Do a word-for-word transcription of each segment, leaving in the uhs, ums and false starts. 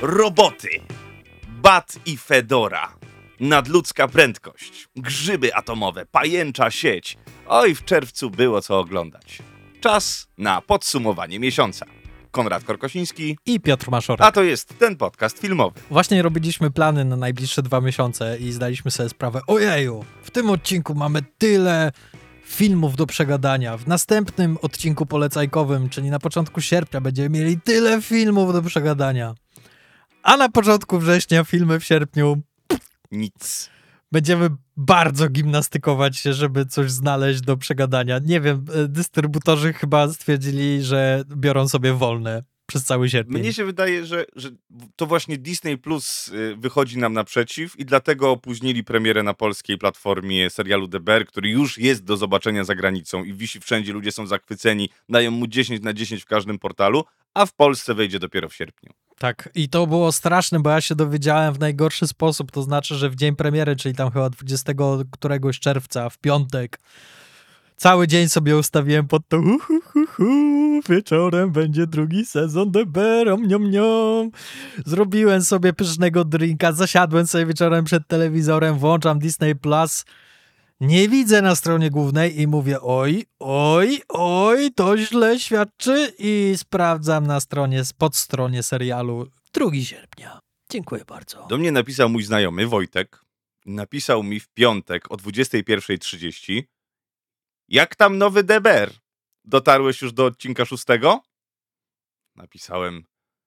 roboty, bat i fedora, nadludzka prędkość, grzyby atomowe, pajęcza sieć. Oj, w czerwcu było co oglądać. Czas na podsumowanie miesiąca. Konrad Korkosiński i Piotr Maszorek. A to jest ten podcast filmowy. Właśnie robiliśmy plany na najbliższe dwa miesiące i zdaliśmy sobie sprawę, ojeju, w tym odcinku mamy tyle filmów do przegadania. W następnym odcinku polecajkowym, czyli na początku sierpnia, będziemy mieli tyle filmów do przegadania. A na początku września, filmy w sierpniu, nic. Będziemy bardzo gimnastykować się, żeby coś znaleźć do przegadania. Nie wiem, dystrybutorzy chyba stwierdzili, że biorą sobie wolne przez cały sierpień. Mnie się wydaje, że, że to właśnie Disney Plus wychodzi nam naprzeciw i dlatego opóźnili premierę na polskiej platformie serialu The Bear, który już jest do zobaczenia za granicą i wisi wszędzie, ludzie są zachwyceni, dają mu dziesięć na dziesięć w każdym portalu, a w Polsce wejdzie dopiero w sierpniu. Tak, i to było straszne, bo ja się dowiedziałem w najgorszy sposób, to znaczy, że w dzień premiery, czyli tam chyba dwudziestego któregoś czerwca, w piątek, cały dzień sobie ustawiłem pod to hu, hu, hu, hu, wieczorem będzie drugi sezon The Bear, omniom, niom. Zrobiłem sobie pysznego drinka, zasiadłem sobie wieczorem przed telewizorem, włączam Disney Plus, nie widzę na stronie głównej i mówię oj, oj, oj, to źle świadczy i sprawdzam na stronie, pod stronie serialu drugiego sierpnia. Dziękuję bardzo. Do mnie napisał mój znajomy Wojtek, napisał mi w piątek o dwudziestej pierwszej trzydzieści. Jak tam nowy The Bear? Dotarłeś już do odcinka szóstego? Napisałem,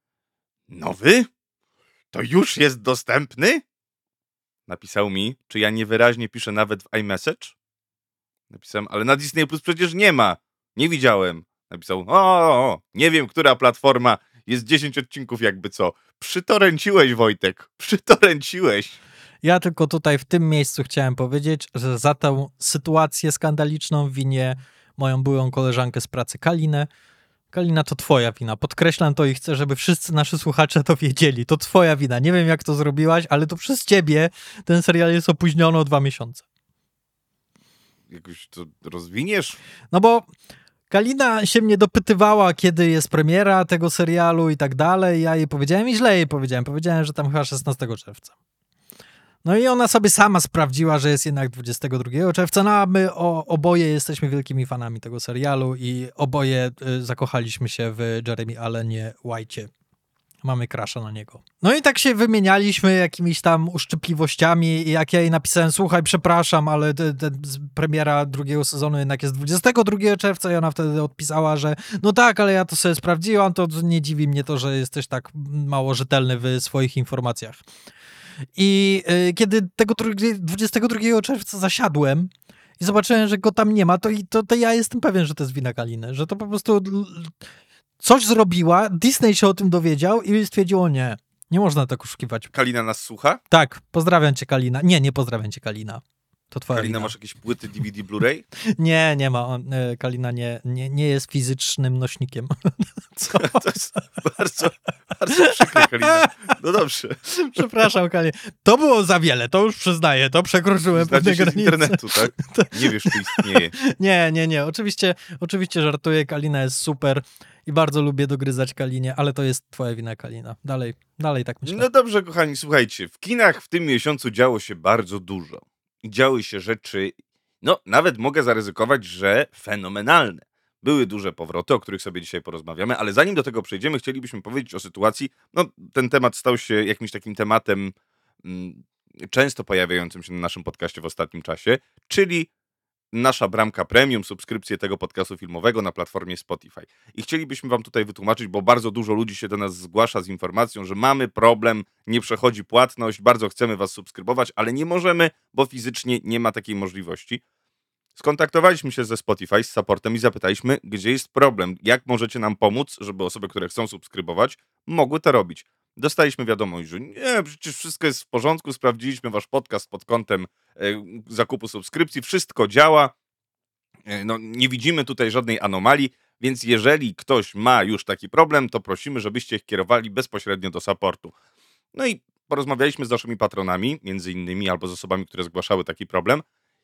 nowy? To już jest dostępny? Napisał mi, czy ja niewyraźnie piszę nawet w iMessage? Napisałem, ale na Disney Plus przecież nie ma. Nie widziałem. Napisał, o, o, o nie wiem, która platforma, jest dziesięć odcinków jakby co. Przytoręciłeś, Wojtek, przytoręciłeś. Ja tylko tutaj w tym miejscu chciałem powiedzieć, że za tę sytuację skandaliczną winię moją byłą koleżankę z pracy Kalinę. Kalina, to twoja wina. Podkreślam to i chcę, żeby wszyscy nasi słuchacze to wiedzieli. To twoja wina. Nie wiem, jak to zrobiłaś, ale to przez ciebie ten serial jest opóźniony o dwa miesiące. Jakoś to rozwiniesz? No bo Kalina się mnie dopytywała, kiedy jest premiera tego serialu i tak dalej. Ja jej powiedziałem i źle jej powiedziałem. Powiedziałem, że tam chyba szesnastego czerwca. No i ona sobie sama sprawdziła, że jest jednak dwudziestego drugiego czerwca, no a my o, oboje jesteśmy wielkimi fanami tego serialu i oboje y, zakochaliśmy się w Jeremy Allenie White'cie. Mamy crusha na niego. No i tak się wymienialiśmy jakimiś tam uszczypliwościami i jak ja jej napisałem, słuchaj, przepraszam, ale te, te premiera drugiego sezonu jednak jest dwudziestego drugiego czerwca i ona wtedy odpisała, że no tak, ale ja to sobie sprawdziłam, to nie dziwi mnie to, że jesteś tak mało rzetelny w swoich informacjach. I y, kiedy tego dwudziestego drugiego czerwca zasiadłem i zobaczyłem, że go tam nie ma, to, to, to ja jestem pewien, że to jest wina Kaliny, że to po prostu coś zrobiła, Disney się o tym dowiedział i stwierdziło, nie, nie można tak oszukiwać. Kalina nas słucha? Tak, pozdrawiam cię, Kalina. Nie, nie pozdrawiam cię, Kalina. To twoja Kalina, wina. masz jakieś płyty D V D, Blu-ray? Nie, nie ma. On, Kalina nie, nie, nie jest fizycznym nośnikiem. Co? To jest bardzo, bardzo przykre, Kalina. No dobrze. Przepraszam, Kalina. To było za wiele, to już przyznaję, to przekroczyłem pewne granice. Z internetu, tak? Nie wiesz, czy istnieje. Nie, nie, nie. Oczywiście, oczywiście żartuję, Kalina jest super i bardzo lubię dogryzać Kalinie, ale to jest twoja wina, Kalina. Dalej, dalej tak myślę. No dobrze, kochani, słuchajcie, w kinach w tym miesiącu działo się bardzo dużo. I działy się rzeczy, no nawet mogę zaryzykować, że fenomenalne. Były duże powroty, o których sobie dzisiaj porozmawiamy, ale zanim do tego przejdziemy, chcielibyśmy powiedzieć o sytuacji, no ten temat stał się jakimś takim tematem mm, często pojawiającym się na naszym podcaście w ostatnim czasie, czyli nasza bramka premium, subskrypcję tego podcastu filmowego na platformie Spotify. I chcielibyśmy wam tutaj wytłumaczyć, bo bardzo dużo ludzi się do nas zgłasza z informacją, że mamy problem, nie przechodzi płatność, bardzo chcemy was subskrybować, ale nie możemy, bo fizycznie nie ma takiej możliwości. Skontaktowaliśmy się ze Spotify, z supportem i zapytaliśmy, gdzie jest problem, jak możecie nam pomóc, żeby osoby, które chcą subskrybować, mogły to robić. Dostaliśmy wiadomość, że nie, przecież wszystko jest w porządku, sprawdziliśmy wasz podcast pod kątem e, zakupu subskrypcji, wszystko działa, e, no, nie widzimy tutaj żadnej anomalii, więc jeżeli ktoś ma już taki problem, to prosimy, żebyście ich kierowali bezpośrednio do supportu. No i porozmawialiśmy z naszymi patronami, między innymi, albo z osobami, które zgłaszały taki problem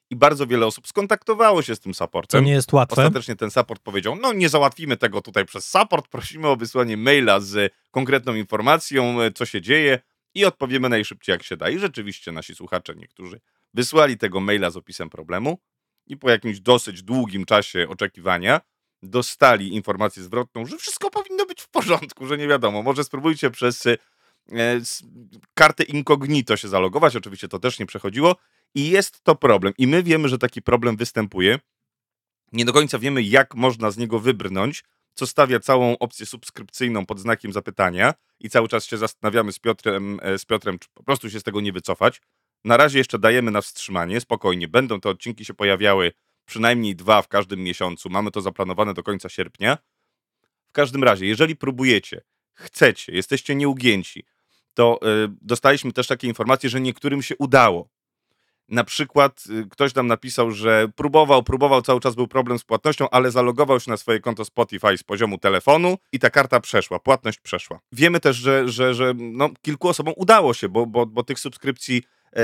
i bardzo wiele osób skontaktowało się z tym To supportem. nie jest łatwe. Ostatecznie ten support powiedział, no nie załatwimy tego tutaj przez support, prosimy o wysłanie maila z konkretną informacją, co się dzieje i odpowiemy najszybciej jak się da. I rzeczywiście nasi słuchacze, niektórzy wysłali tego maila z opisem problemu i po jakimś dosyć długim czasie oczekiwania dostali informację zwrotną, że wszystko powinno być w porządku, że nie wiadomo, może spróbujcie przez e, s- kartę incognito się zalogować, oczywiście to też nie przechodziło i jest to problem. I my wiemy, że taki problem występuje. Nie do końca wiemy, jak można z niego wybrnąć, co stawia całą opcję subskrypcyjną pod znakiem zapytania i cały czas się zastanawiamy z Piotrem, e, z Piotrem, czy po prostu się z tego nie wycofać. Na razie jeszcze dajemy na wstrzymanie, spokojnie, będą te odcinki się pojawiały przynajmniej dwa w każdym miesiącu, mamy to zaplanowane do końca sierpnia. W każdym razie, jeżeli próbujecie, chcecie, jesteście nieugięci, to y, dostaliśmy też takie informacje, że niektórym się udało. Na przykład y, ktoś nam napisał, że próbował, próbował, cały czas był problem z płatnością, ale zalogował się na swoje konto Spotify z poziomu telefonu i ta karta przeszła, płatność przeszła. Wiemy też, że, że, że no, kilku osobom udało się, bo, bo, bo tych subskrypcji e,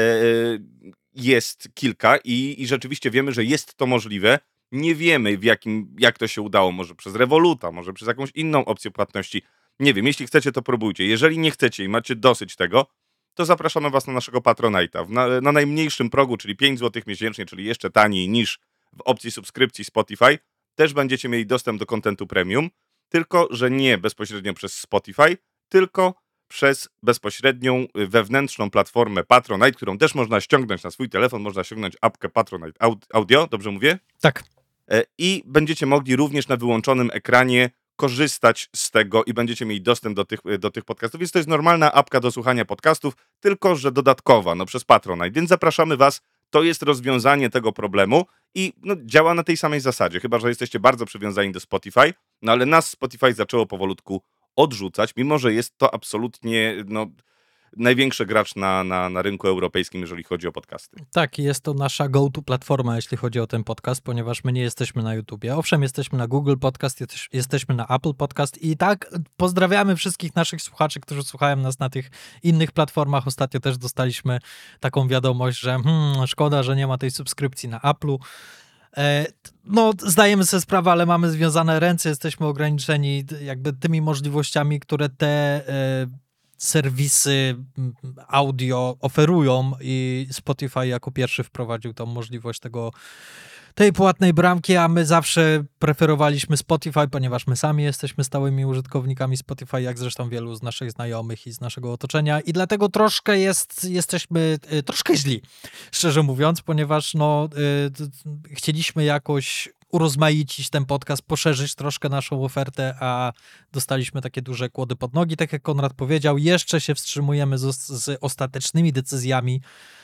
jest kilka i, i rzeczywiście wiemy, że jest to możliwe. Nie wiemy, w jakim, jak to się udało, może przez Revoluta, może przez jakąś inną opcję płatności. Nie wiem, jeśli chcecie, to próbujcie. Jeżeli nie chcecie i macie dosyć tego, to zapraszamy was na naszego Patronite'a. Na, na najmniejszym progu, czyli pięć złotych miesięcznie, czyli jeszcze taniej niż w opcji subskrypcji Spotify, też będziecie mieli dostęp do kontentu premium, tylko że nie bezpośrednio przez Spotify, tylko przez bezpośrednią y, wewnętrzną platformę Patronite, którą też można ściągnąć na swój telefon, można ściągnąć apkę Patronite Aud- Audio, dobrze mówię? Tak. E, I będziecie mogli również na wyłączonym ekranie korzystać z tego i będziecie mieli dostęp do tych, do tych podcastów. Więc to jest normalna apka do słuchania podcastów, tylko że dodatkowa, no przez Patronite. Więc zapraszamy was, to jest rozwiązanie tego problemu i no, działa na tej samej zasadzie, chyba że jesteście bardzo przywiązani do Spotify, no ale nas Spotify zaczęło powolutku odrzucać, mimo że jest to absolutnie no, największy gracz na, na, na rynku europejskim, jeżeli chodzi o podcasty. Tak, jest to nasza go-to platforma, jeśli chodzi o ten podcast, ponieważ my nie jesteśmy na YouTubie. Owszem, jesteśmy na Google Podcast, jesteś- jesteśmy na Apple Podcast i tak pozdrawiamy wszystkich naszych słuchaczy, którzy słuchają nas na tych innych platformach. Ostatnio też dostaliśmy taką wiadomość, że hmm, szkoda, że nie ma tej subskrypcji na Apple'u. E, t- No, zdajemy sobie sprawę, ale mamy związane ręce, jesteśmy ograniczeni d- jakby tymi możliwościami, które te e, serwisy mm, audio oferują i Spotify jako pierwszy wprowadził tą możliwość tego, tej płatnej bramki, a my zawsze preferowaliśmy Spotify, ponieważ my sami jesteśmy stałymi użytkownikami Spotify, jak zresztą wielu z naszych znajomych i z naszego otoczenia i dlatego troszkę jest, jesteśmy y, troszkę źli, szczerze mówiąc, ponieważ no, y, d- d- chcieliśmy jakoś urozmaicić ten podcast, poszerzyć troszkę naszą ofertę, a dostaliśmy takie duże kłody pod nogi, tak jak Konrad powiedział, jeszcze się wstrzymujemy z, z ostatecznymi decyzjami,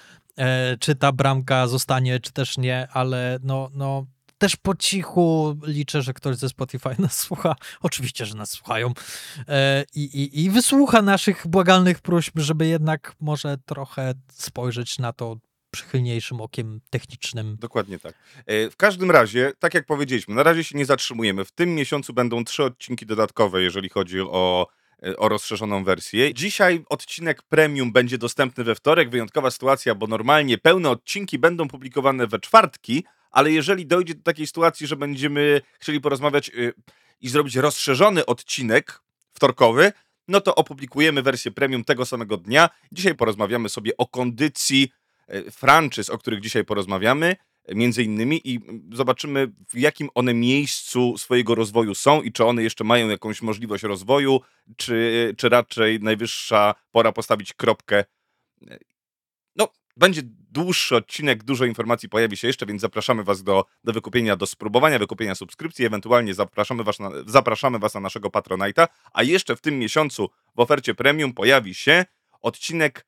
e, czy ta bramka zostanie, czy też nie, ale no, no też po cichu liczę, że ktoś ze Spotify nas słucha. Oczywiście, że nas słuchają. E, i, i, I wysłucha naszych błagalnych próśb, żeby jednak może trochę spojrzeć na to przychylniejszym okiem technicznym. Dokładnie tak. E, W każdym razie, tak jak powiedzieliśmy, na razie się nie zatrzymujemy. W tym miesiącu będą trzy odcinki dodatkowe, jeżeli chodzi o, e, o rozszerzoną wersję. Dzisiaj odcinek premium będzie dostępny we wtorek. Wyjątkowa sytuacja, bo normalnie pełne odcinki będą publikowane we czwartki, ale jeżeli dojdzie do takiej sytuacji, że będziemy chcieli porozmawiać y, i zrobić rozszerzony odcinek wtorkowy, no to opublikujemy wersję premium tego samego dnia. Dzisiaj porozmawiamy sobie o kondycji e, franczyz, o których dzisiaj porozmawiamy, e, między innymi, i mm, zobaczymy, w jakim one miejscu swojego rozwoju są i czy one jeszcze mają jakąś możliwość rozwoju, czy, czy raczej najwyższa pora postawić kropkę. E, No, będzie dłuższy odcinek, dużo informacji pojawi się jeszcze, więc zapraszamy was do, do wykupienia, do spróbowania, wykupienia subskrypcji, ewentualnie zapraszamy was, na, zapraszamy was na naszego Patronite'a, a jeszcze w tym miesiącu w ofercie premium pojawi się odcinek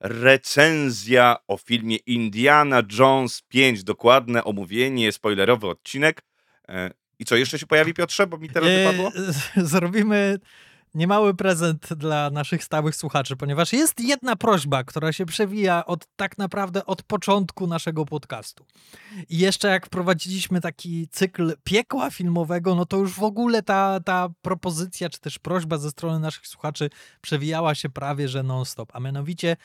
recenzja o filmie Indiana Jones pięć, dokładne omówienie, spoilerowy odcinek. E, I co jeszcze się pojawi, Piotrze, bo mi teraz wypadło? E, Zrobimy niemały prezent dla naszych stałych słuchaczy, ponieważ jest jedna prośba, która się przewija od tak naprawdę od początku naszego podcastu. I jeszcze jak wprowadziliśmy taki cykl piekła filmowego, no to już w ogóle ta, ta propozycja, czy też prośba ze strony naszych słuchaczy przewijała się prawie że non-stop, a mianowicie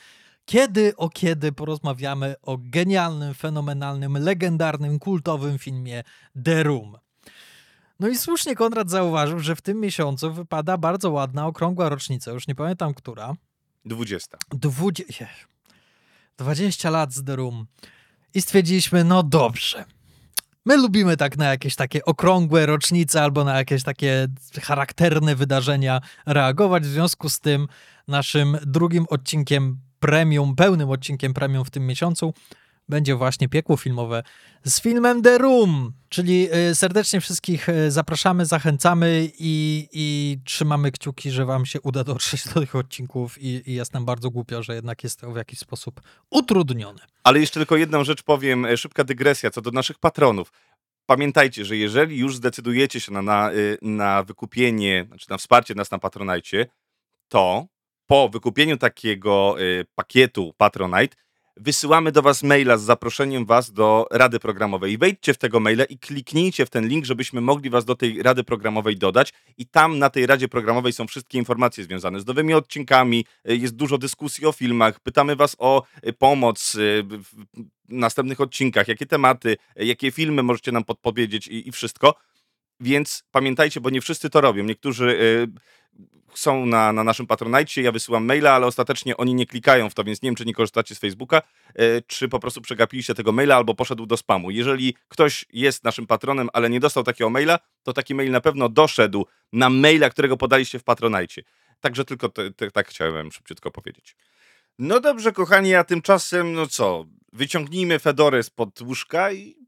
Kiedy o kiedy porozmawiamy o genialnym, fenomenalnym, legendarnym, kultowym filmie The Room. No i słusznie Konrad zauważył, że w tym miesiącu wypada bardzo ładna, okrągła rocznica, już nie pamiętam która. Dwudziesta. Dwudzie... dwadzieścia lat z The Room. I stwierdziliśmy, no dobrze. My lubimy tak na jakieś takie okrągłe rocznice albo na jakieś takie charakterne wydarzenia reagować. W związku z tym naszym drugim odcinkiem premium, pełnym odcinkiem premium w tym miesiącu będzie właśnie piekło filmowe z filmem The Room. Czyli serdecznie wszystkich zapraszamy, zachęcamy i, i trzymamy kciuki, że wam się uda dotrzeć do tych odcinków i, i jest nam bardzo głupio, że jednak jest to w jakiś sposób utrudnione. Ale jeszcze tylko jedną rzecz powiem, szybka dygresja co do naszych patronów. Pamiętajcie, że jeżeli już zdecydujecie się na, na, na wykupienie, znaczy na wsparcie nas na Patronite, to po wykupieniu takiego y, pakietu Patronite wysyłamy do was maila z zaproszeniem was do rady programowej. Wejdźcie w tego maila i kliknijcie w ten link, żebyśmy mogli was do tej rady programowej dodać i tam na tej radzie programowej są wszystkie informacje związane z nowymi odcinkami, jest dużo dyskusji o filmach, pytamy was o pomoc w następnych odcinkach, jakie tematy, jakie filmy możecie nam podpowiedzieć i, i wszystko. Więc pamiętajcie, bo nie wszyscy to robią. Niektórzy y, są na, na naszym Patronite, ja wysyłam maila, ale ostatecznie oni nie klikają w to, więc nie wiem, czy nie korzystacie z Facebooka, y, czy po prostu przegapiliście tego maila, albo poszedł do spamu. Jeżeli ktoś jest naszym patronem, ale nie dostał takiego maila, to taki mail na pewno doszedł na maila, którego podaliście w Patronite. Także tylko te, te, tak chciałem szybciutko powiedzieć. No dobrze, kochani, a tymczasem, no co, wyciągnijmy Fedorę spod łóżka i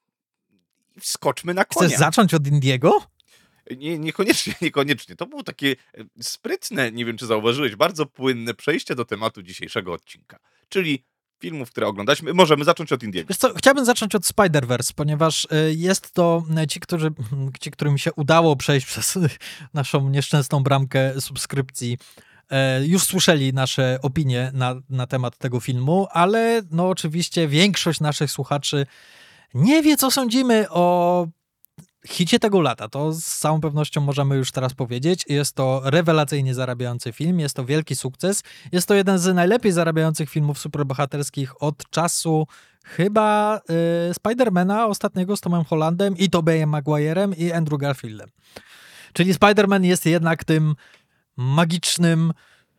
wskoczmy na konia. Chcesz zacząć od Indiego? Nie, niekoniecznie, niekoniecznie. To było takie sprytne, nie wiem czy zauważyłeś, bardzo płynne przejście do tematu dzisiejszego odcinka. Czyli filmów, które oglądaliśmy. Możemy zacząć od Indiego. Wiesz co, chciałbym zacząć od Spider-Verse, ponieważ jest to ci, którzy, ci, którym się udało przejść przez naszą nieszczęsną bramkę subskrypcji, już słyszeli nasze opinie na, na temat tego filmu, ale no oczywiście większość naszych słuchaczy nie wie, co sądzimy o hicie tego lata. To z całą pewnością możemy już teraz powiedzieć. Jest to rewelacyjnie zarabiający film, jest to wielki sukces. Jest to jeden z najlepiej zarabiających filmów superbohaterskich od czasu chyba y, Spidermana ostatniego z Tomem Hollandem i Tobeyem Maguirem i Andrew Garfieldem. Czyli Spider-Man jest jednak tym magicznym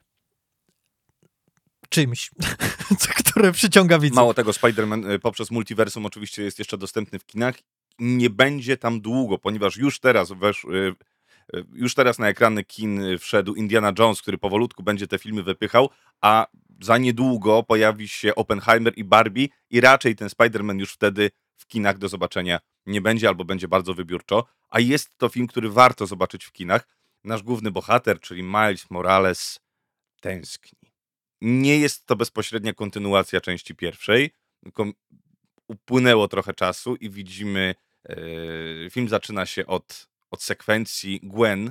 czymś, które przyciąga widzów. Mało tego, Spider-Man poprzez multiversum oczywiście jest jeszcze dostępny w kinach. Nie będzie tam długo, ponieważ już teraz wesz, już teraz na ekrany kin wszedł Indiana Jones, który powolutku będzie te filmy wypychał, a za niedługo pojawi się Oppenheimer i Barbie i raczej ten Spider-Man już wtedy w kinach do zobaczenia nie będzie albo będzie bardzo wybiórczo, a jest to film, który warto zobaczyć w kinach. Nasz główny bohater, czyli Miles Morales, tęskni. Nie jest to bezpośrednia kontynuacja części pierwszej, tylko upłynęło trochę czasu i widzimy, yy, film zaczyna się od, od sekwencji Gwen,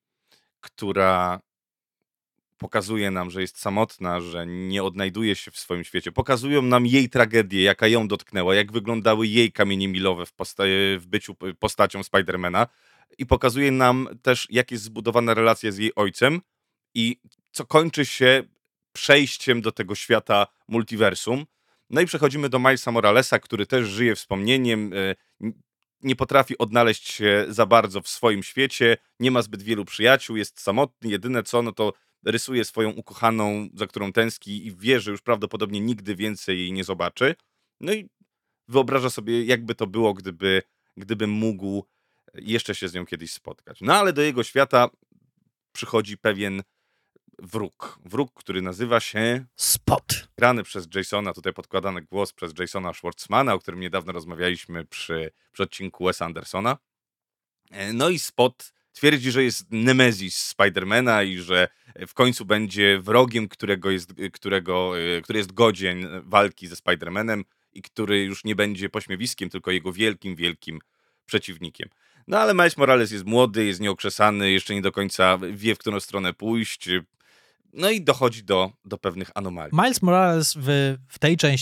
która pokazuje nam, że jest samotna, że nie odnajduje się w swoim świecie. Pokazują nam jej tragedię, jaka ją dotknęła, jak wyglądały jej kamienie milowe w, posta- w byciu postacią Spidermana i pokazuje nam też, jak jest zbudowana relacja z jej ojcem i co kończy się przejściem do tego świata multiversum. No i przechodzimy do Milesa Moralesa, który też żyje wspomnieniem, nie potrafi odnaleźć się za bardzo w swoim świecie, nie ma zbyt wielu przyjaciół, jest samotny, jedyne co, no to rysuje swoją ukochaną, za którą tęskni i wie, że już prawdopodobnie nigdy więcej jej nie zobaczy. No i wyobraża sobie, jakby to było, gdyby, gdyby mógł jeszcze się z nią kiedyś spotkać. No ale do jego świata przychodzi pewien wróg. Wróg, który nazywa się Spot. Grany przez Jasona, tutaj podkładany głos przez Jasona Schwartzmana, o którym niedawno rozmawialiśmy przy, przy odcinku Wesa Andersona. No i Spot twierdzi, że jest Nemezis Spidermana i że w końcu będzie wrogiem, którego jest, którego, który jest godzien walki ze Spidermanem i który już nie będzie pośmiewiskiem, tylko jego wielkim, wielkim przeciwnikiem. No ale Miles Morales jest młody, jest nieokrzesany, jeszcze nie do końca wie, w którą stronę pójść. No i dochodzi do, do pewnych anomalii. Miles Morales w, w tej części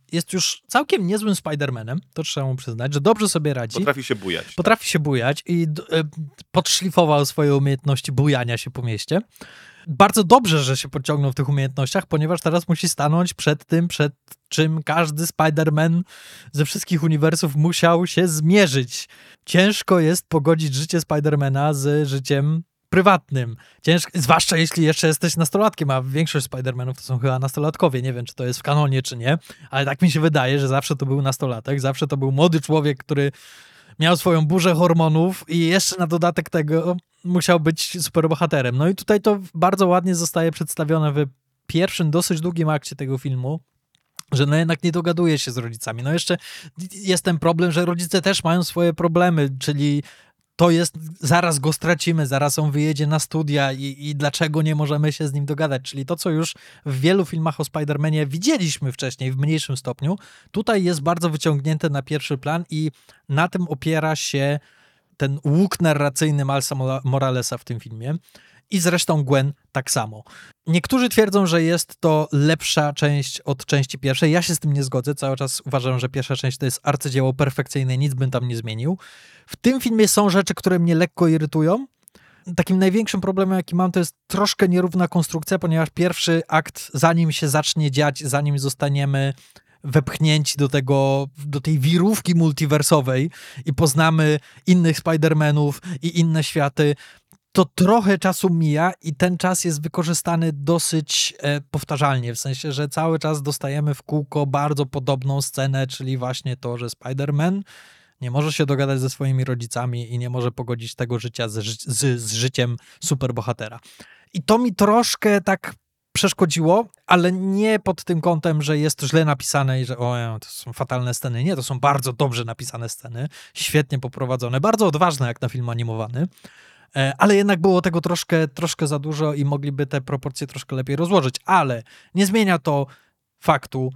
jest już całkiem niezłym Spider-Manem, to trzeba mu przyznać, że dobrze sobie radzi. Potrafi się bujać. Potrafi się bujać i e, podszlifował swoje umiejętności bujania się po mieście. Bardzo dobrze, że się podciągnął w tych umiejętnościach, ponieważ teraz musi stanąć przed tym, przed czym każdy Spider-Man ze wszystkich uniwersów musiał się zmierzyć. Ciężko jest pogodzić życie Spider-Mana z życiem prywatnym. Ciężko, zwłaszcza jeśli jeszcze jesteś nastolatkiem, a większość Spider-Manów to są chyba nastolatkowie. Nie wiem, czy to jest w kanonie, czy nie, ale tak mi się wydaje, że zawsze to był nastolatek, zawsze to był młody człowiek, który miał swoją burzę hormonów i jeszcze na dodatek tego musiał być superbohaterem. No i tutaj to bardzo ładnie zostaje przedstawione w pierwszym, dosyć długim akcie tego filmu, że no jednak nie dogaduje się z rodzicami. No jeszcze jest ten problem, że rodzice też mają swoje problemy, czyli to jest, zaraz go stracimy, zaraz on wyjedzie na studia i, i dlaczego nie możemy się z nim dogadać, czyli to, co już w wielu filmach o Spider-Manie widzieliśmy wcześniej w mniejszym stopniu, tutaj jest bardzo wyciągnięte na pierwszy plan i na tym opiera się ten łuk narracyjny Milesa Moralesa w tym filmie i zresztą Gwen tak samo. Niektórzy twierdzą, że jest to lepsza część od części pierwszej. Ja się z tym nie zgodzę. Cały czas uważam, że pierwsza część to jest arcydzieło perfekcyjne, nic bym tam nie zmienił. W tym filmie są rzeczy, które mnie lekko irytują. Takim największym problemem, jaki mam, to jest troszkę nierówna konstrukcja, ponieważ pierwszy akt, zanim się zacznie dziać, zanim zostaniemy wepchnięci do tego, do tej wirówki multiwersowej i poznamy innych Spider-Manów i inne światy, to trochę czasu mija i ten czas jest wykorzystany dosyć e, powtarzalnie, w sensie, że cały czas dostajemy w kółko bardzo podobną scenę, czyli właśnie to, że Spider-Man nie może się dogadać ze swoimi rodzicami i nie może pogodzić tego życia z, z, z życiem superbohatera. I to mi troszkę tak przeszkodziło, ale nie pod tym kątem, że jest źle napisane i że o, to są fatalne sceny. Nie, to są bardzo dobrze napisane sceny, świetnie poprowadzone, bardzo odważne jak na film animowany. Ale jednak było tego troszkę, troszkę za dużo i mogliby te proporcje troszkę lepiej rozłożyć. Ale nie zmienia to faktu,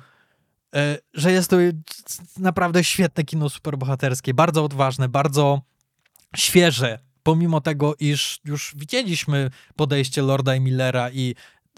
że jest to naprawdę świetne kino superbohaterskie, bardzo odważne, bardzo świeże, pomimo tego, iż już widzieliśmy podejście Lorda i Millera i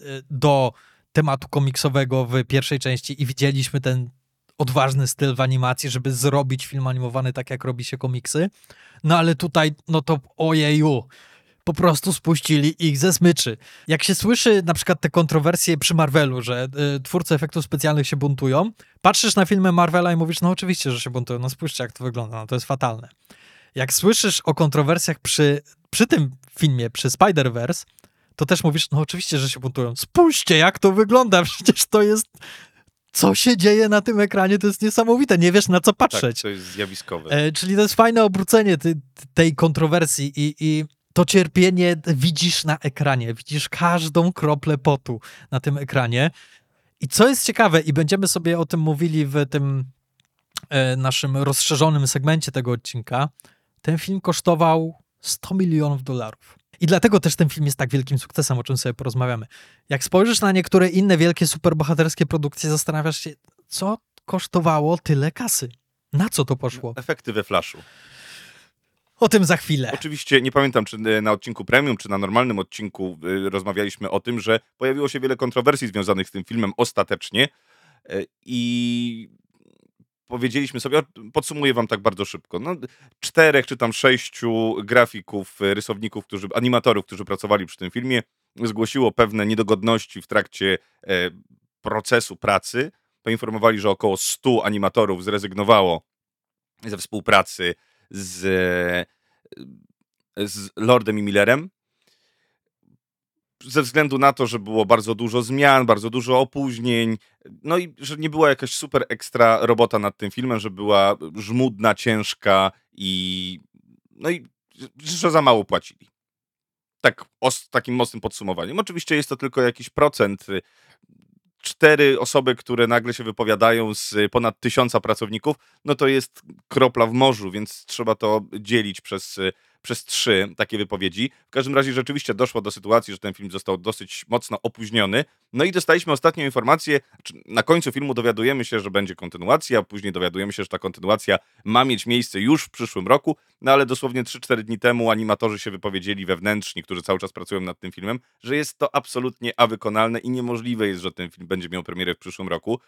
do tematu komiksowego w pierwszej części i widzieliśmy ten odważny styl w animacji, żeby zrobić film animowany tak, jak robi się komiksy. No ale tutaj, no to ojeju, po prostu spuścili ich ze smyczy. Jak się słyszy na przykład te kontrowersje przy Marvelu, że y, twórcy efektów specjalnych się buntują, patrzysz na filmy Marvela i mówisz, no oczywiście, że się buntują, no spójrzcie, jak to wygląda, no to jest fatalne. Jak słyszysz o kontrowersjach przy, przy tym filmie, przy Spider-Verse, to też mówisz, no oczywiście, że się buntują. Spójrzcie, jak to wygląda, przecież to jest... Co się dzieje na tym ekranie, to jest niesamowite, nie wiesz na co patrzeć. Tak, to jest zjawiskowe. E, czyli to jest fajne obrócenie ty, tej kontrowersji i, i to cierpienie widzisz na ekranie, widzisz każdą kroplę potu na tym ekranie. I co jest ciekawe, i będziemy sobie o tym mówili w tym e, naszym rozszerzonym segmencie tego odcinka, ten film kosztował sto milionów dolarów. I dlatego też ten film jest tak wielkim sukcesem, o czym sobie porozmawiamy. Jak spojrzysz na niektóre inne wielkie, superbohaterskie produkcje, zastanawiasz się, co kosztowało tyle kasy? Na co to poszło? Efekty we Flashu. O tym za chwilę. Oczywiście nie pamiętam, czy na odcinku premium, czy na normalnym odcinku y, rozmawialiśmy o tym, że pojawiło się wiele kontrowersji związanych z tym filmem ostatecznie y, i powiedzieliśmy sobie, podsumuję wam tak bardzo szybko, no, czterech czy tam sześciu grafików, rysowników, którzy, animatorów, którzy pracowali przy tym filmie, zgłosiło pewne niedogodności w trakcie e, procesu pracy. Poinformowali, że około stu animatorów zrezygnowało ze współpracy z, z Lordem i Millerem. Ze względu na to, że było bardzo dużo zmian, bardzo dużo opóźnień, no i że nie była jakaś super ekstra robota nad tym filmem, że była żmudna, ciężka i no i że za mało płacili. Tak, os, takim mocnym podsumowaniem. Oczywiście jest to tylko jakiś procent. Cztery osoby, które nagle się wypowiadają z ponad tysiąca pracowników, no to jest kropla w morzu, więc trzeba to dzielić przez, przez trzy takie wypowiedzi. W każdym razie rzeczywiście doszło do sytuacji, że ten film został dosyć mocno opóźniony. No i dostaliśmy ostatnią informację, na końcu filmu dowiadujemy się, że będzie kontynuacja, później dowiadujemy się, że ta kontynuacja ma mieć miejsce już w przyszłym roku, no ale dosłownie trzy cztery dni temu animatorzy się wypowiedzieli wewnętrzni, którzy cały czas pracują nad tym filmem, że jest to absolutnie awykonalne i niemożliwe jest, że ten film będzie miał premierę w przyszłym roku.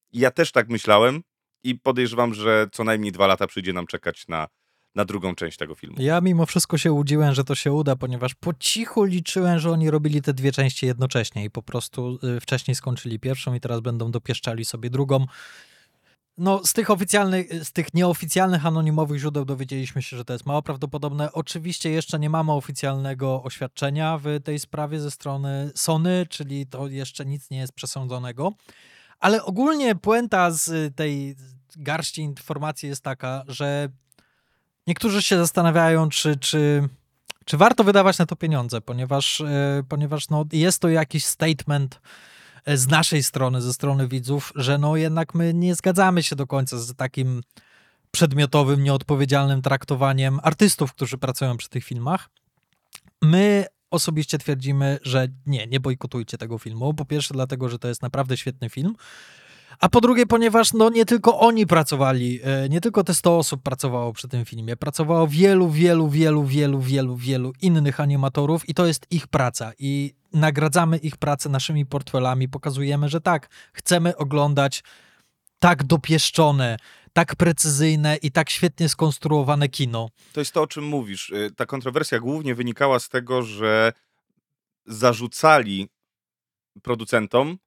Ja też tak myślałem i podejrzewam, że co najmniej dwa lata przyjdzie nam czekać na, na drugą część tego filmu. Ja mimo wszystko się łudziłem, że to się uda, ponieważ po cichu liczyłem, że oni robili te dwie części jednocześnie i po prostu y, wcześniej skończyli pierwszą i teraz będą dopieszczali sobie drugą. No, z tych oficjalnych, z tych nieoficjalnych, anonimowych źródeł dowiedzieliśmy się, że to jest mało prawdopodobne. Oczywiście jeszcze nie mamy oficjalnego oświadczenia w tej sprawie ze strony Sony, czyli to jeszcze nic nie jest przesądzonego. Ale ogólnie puenta z tej garści informacji jest taka, że niektórzy się zastanawiają, czy, czy, czy warto wydawać na to pieniądze, ponieważ, ponieważ no, jest to jakiś statement z naszej strony, ze strony widzów, że no jednak my nie zgadzamy się do końca z takim przedmiotowym, nieodpowiedzialnym traktowaniem artystów, którzy pracują przy tych filmach. My osobiście twierdzimy, że nie, nie bojkotujcie tego filmu. Po pierwsze dlatego, że to jest naprawdę świetny film, a po drugie, ponieważ no nie tylko oni pracowali, nie tylko te sto osób pracowało przy tym filmie, pracowało wielu, wielu, wielu, wielu, wielu, wielu innych animatorów i to jest ich praca i nagradzamy ich pracę naszymi portfelami, pokazujemy, że tak, chcemy oglądać tak dopieszczone, tak precyzyjne i tak świetnie skonstruowane kino. To jest to, o czym mówisz. Ta kontrowersja głównie wynikała z tego, że zarzucali producentom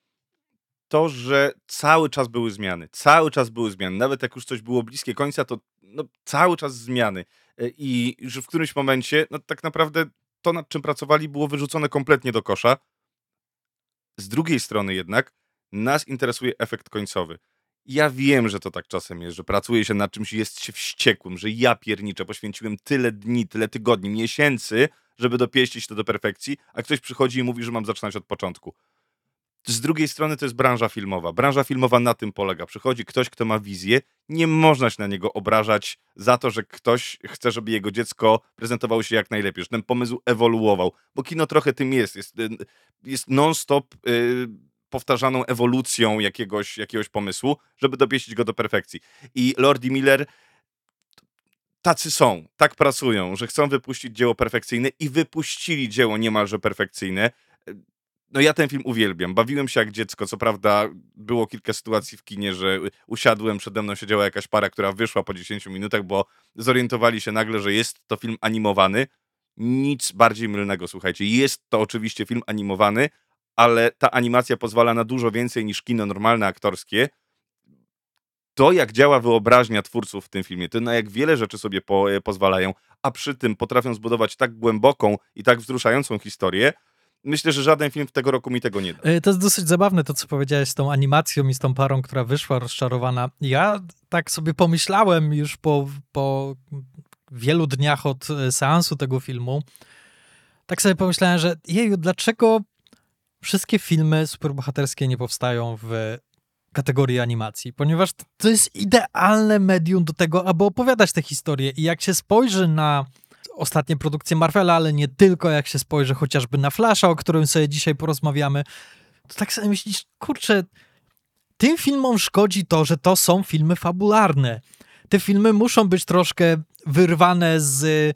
to, że cały czas były zmiany. Cały czas były zmiany. Nawet jak już coś było bliskie końca, to no, cały czas zmiany. I że w którymś momencie, no tak naprawdę to, nad czym pracowali, było wyrzucone kompletnie do kosza. Z drugiej strony jednak nas interesuje efekt końcowy. Ja wiem, że to tak czasem jest, że pracuje się nad czymś i jest się wściekłym, że ja pierniczę, poświęciłem tyle dni, tyle tygodni, miesięcy, żeby dopieścić to do perfekcji, a ktoś przychodzi i mówi, że mam zaczynać od początku. Z drugiej strony to jest branża filmowa. Branża filmowa na tym polega. Przychodzi ktoś, kto ma wizję, nie można się na niego obrażać za to, że ktoś chce, żeby jego dziecko prezentowało się jak najlepiej, że ten pomysł ewoluował, bo kino trochę tym jest. Jest, jest non-stop yy, powtarzaną ewolucją jakiegoś, jakiegoś pomysłu, żeby dopieścić go do perfekcji. I Lord i Miller tacy są, tak pracują, że chcą wypuścić dzieło perfekcyjne i wypuścili dzieło niemalże perfekcyjne. No ja ten film uwielbiam. Bawiłem się jak dziecko. Co prawda było kilka sytuacji w kinie, że usiadłem, przede mną siedziała jakaś para, która wyszła po dziesięciu minutach, bo zorientowali się nagle, że jest to film animowany. Nic bardziej mylnego, słuchajcie. Jest to oczywiście film animowany, ale ta animacja pozwala na dużo więcej niż kino normalne, aktorskie. To, jak działa wyobraźnia twórców w tym filmie, to na jak wiele rzeczy sobie po, pozwalają, a przy tym potrafią zbudować tak głęboką i tak wzruszającą historię. Myślę, że żaden film tego roku mi tego nie da. To jest dosyć zabawne to, co powiedziałeś z tą animacją i z tą parą, która wyszła rozczarowana. Ja tak sobie pomyślałem już po, po wielu dniach od seansu tego filmu, tak sobie pomyślałem, że jeju, dlaczego wszystkie filmy superbohaterskie nie powstają w kategorii animacji? Ponieważ to jest idealne medium do tego, aby opowiadać te historie i jak się spojrzy na ostatnie produkcje Marvela, ale nie tylko, jak się spojrzy chociażby na Flasha, o którym sobie dzisiaj porozmawiamy, to tak sobie myślisz, kurczę, tym filmom szkodzi to, że to są filmy fabularne. Te filmy muszą być troszkę wyrwane z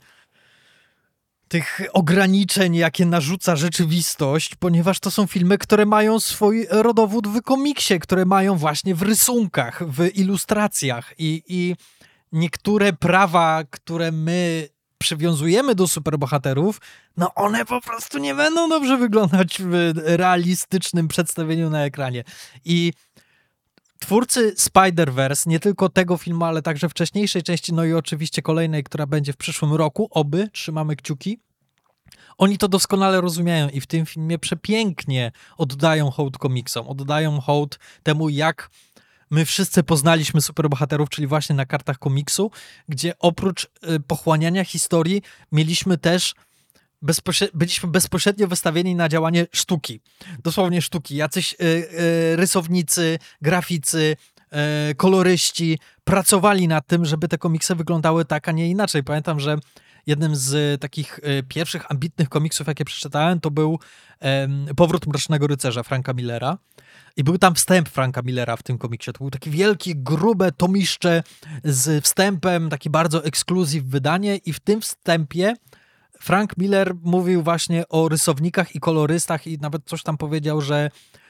tych ograniczeń, jakie narzuca rzeczywistość, ponieważ to są filmy, które mają swój rodowód w komiksie, które mają właśnie w rysunkach, w ilustracjach i, i niektóre prawa, które my przywiązujemy do superbohaterów, no one po prostu nie będą dobrze wyglądać w realistycznym przedstawieniu na ekranie. I twórcy Spider-Verse, nie tylko tego filmu, ale także wcześniejszej części, no i oczywiście kolejnej, która będzie w przyszłym roku, oby, trzymamy kciuki, oni to doskonale rozumieją i w tym filmie przepięknie oddają hołd komiksom, oddają hołd temu, jak my wszyscy poznaliśmy superbohaterów, czyli właśnie na kartach komiksu, gdzie oprócz y, pochłaniania historii mieliśmy też bezpośred... byliśmy bezpośrednio wystawieni na działanie sztuki. Dosłownie sztuki. Jacyś y, y, rysownicy, graficy, y, koloryści pracowali nad tym, żeby te komiksy wyglądały tak, a nie inaczej. Pamiętam, że jednym z takich y, pierwszych ambitnych komiksów, jakie przeczytałem, to był y, Powrót Mrocznego Rycerza Franka Millera. I był tam wstęp Franka Millera w tym komiksie. To był takie wielkie, grube tomiszcze z wstępem, taki bardzo ekskluzyw wydanie i w tym wstępie Frank Miller mówił właśnie o rysownikach i kolorystach i nawet coś tam powiedział, że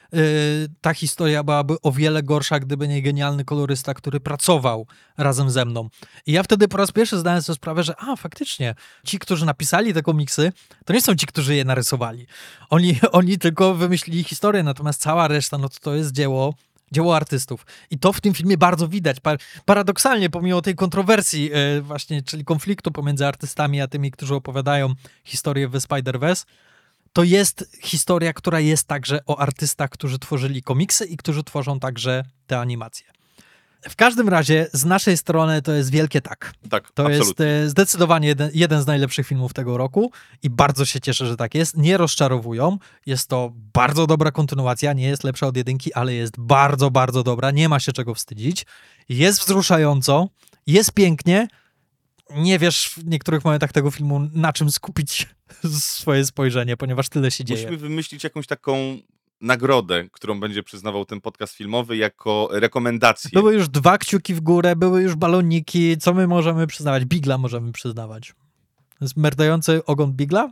yy, ta historia byłaby o wiele gorsza, gdyby nie genialny kolorysta, który pracował razem ze mną. I ja wtedy po raz pierwszy zdałem sobie sprawę, że a, faktycznie, ci, którzy napisali te komiksy, to nie są ci, którzy je narysowali. Oni, oni tylko wymyślili historię, natomiast cała reszta, no to to jest dzieło dzieło artystów. I to w tym filmie bardzo widać. Paradoksalnie, pomimo tej kontrowersji yy, właśnie, czyli konfliktu pomiędzy artystami a tymi, którzy opowiadają historię w Spider-Verse, to jest historia, która jest także o artystach, którzy tworzyli komiksy i którzy tworzą także te animacje. W każdym razie z naszej strony to jest wielkie tak. Tak, to absolutnie. jest zdecydowanie jeden, jeden z najlepszych filmów tego roku i bardzo się cieszę, że tak jest. Nie rozczarowują. Jest to bardzo dobra kontynuacja, nie jest lepsza od jedynki, ale jest bardzo, bardzo dobra. Nie ma się czego wstydzić. Jest wzruszająco, jest pięknie. Nie wiesz w niektórych momentach tego filmu, na czym skupić swoje spojrzenie, ponieważ tyle się dzieje. Musimy wymyślić jakąś taką nagrodę, którą będzie przyznawał ten podcast filmowy jako rekomendację. Były już dwa kciuki w górę, były już baloniki. Co my możemy przyznawać? Bigla możemy przyznawać. To jest merdający ogon Bigla?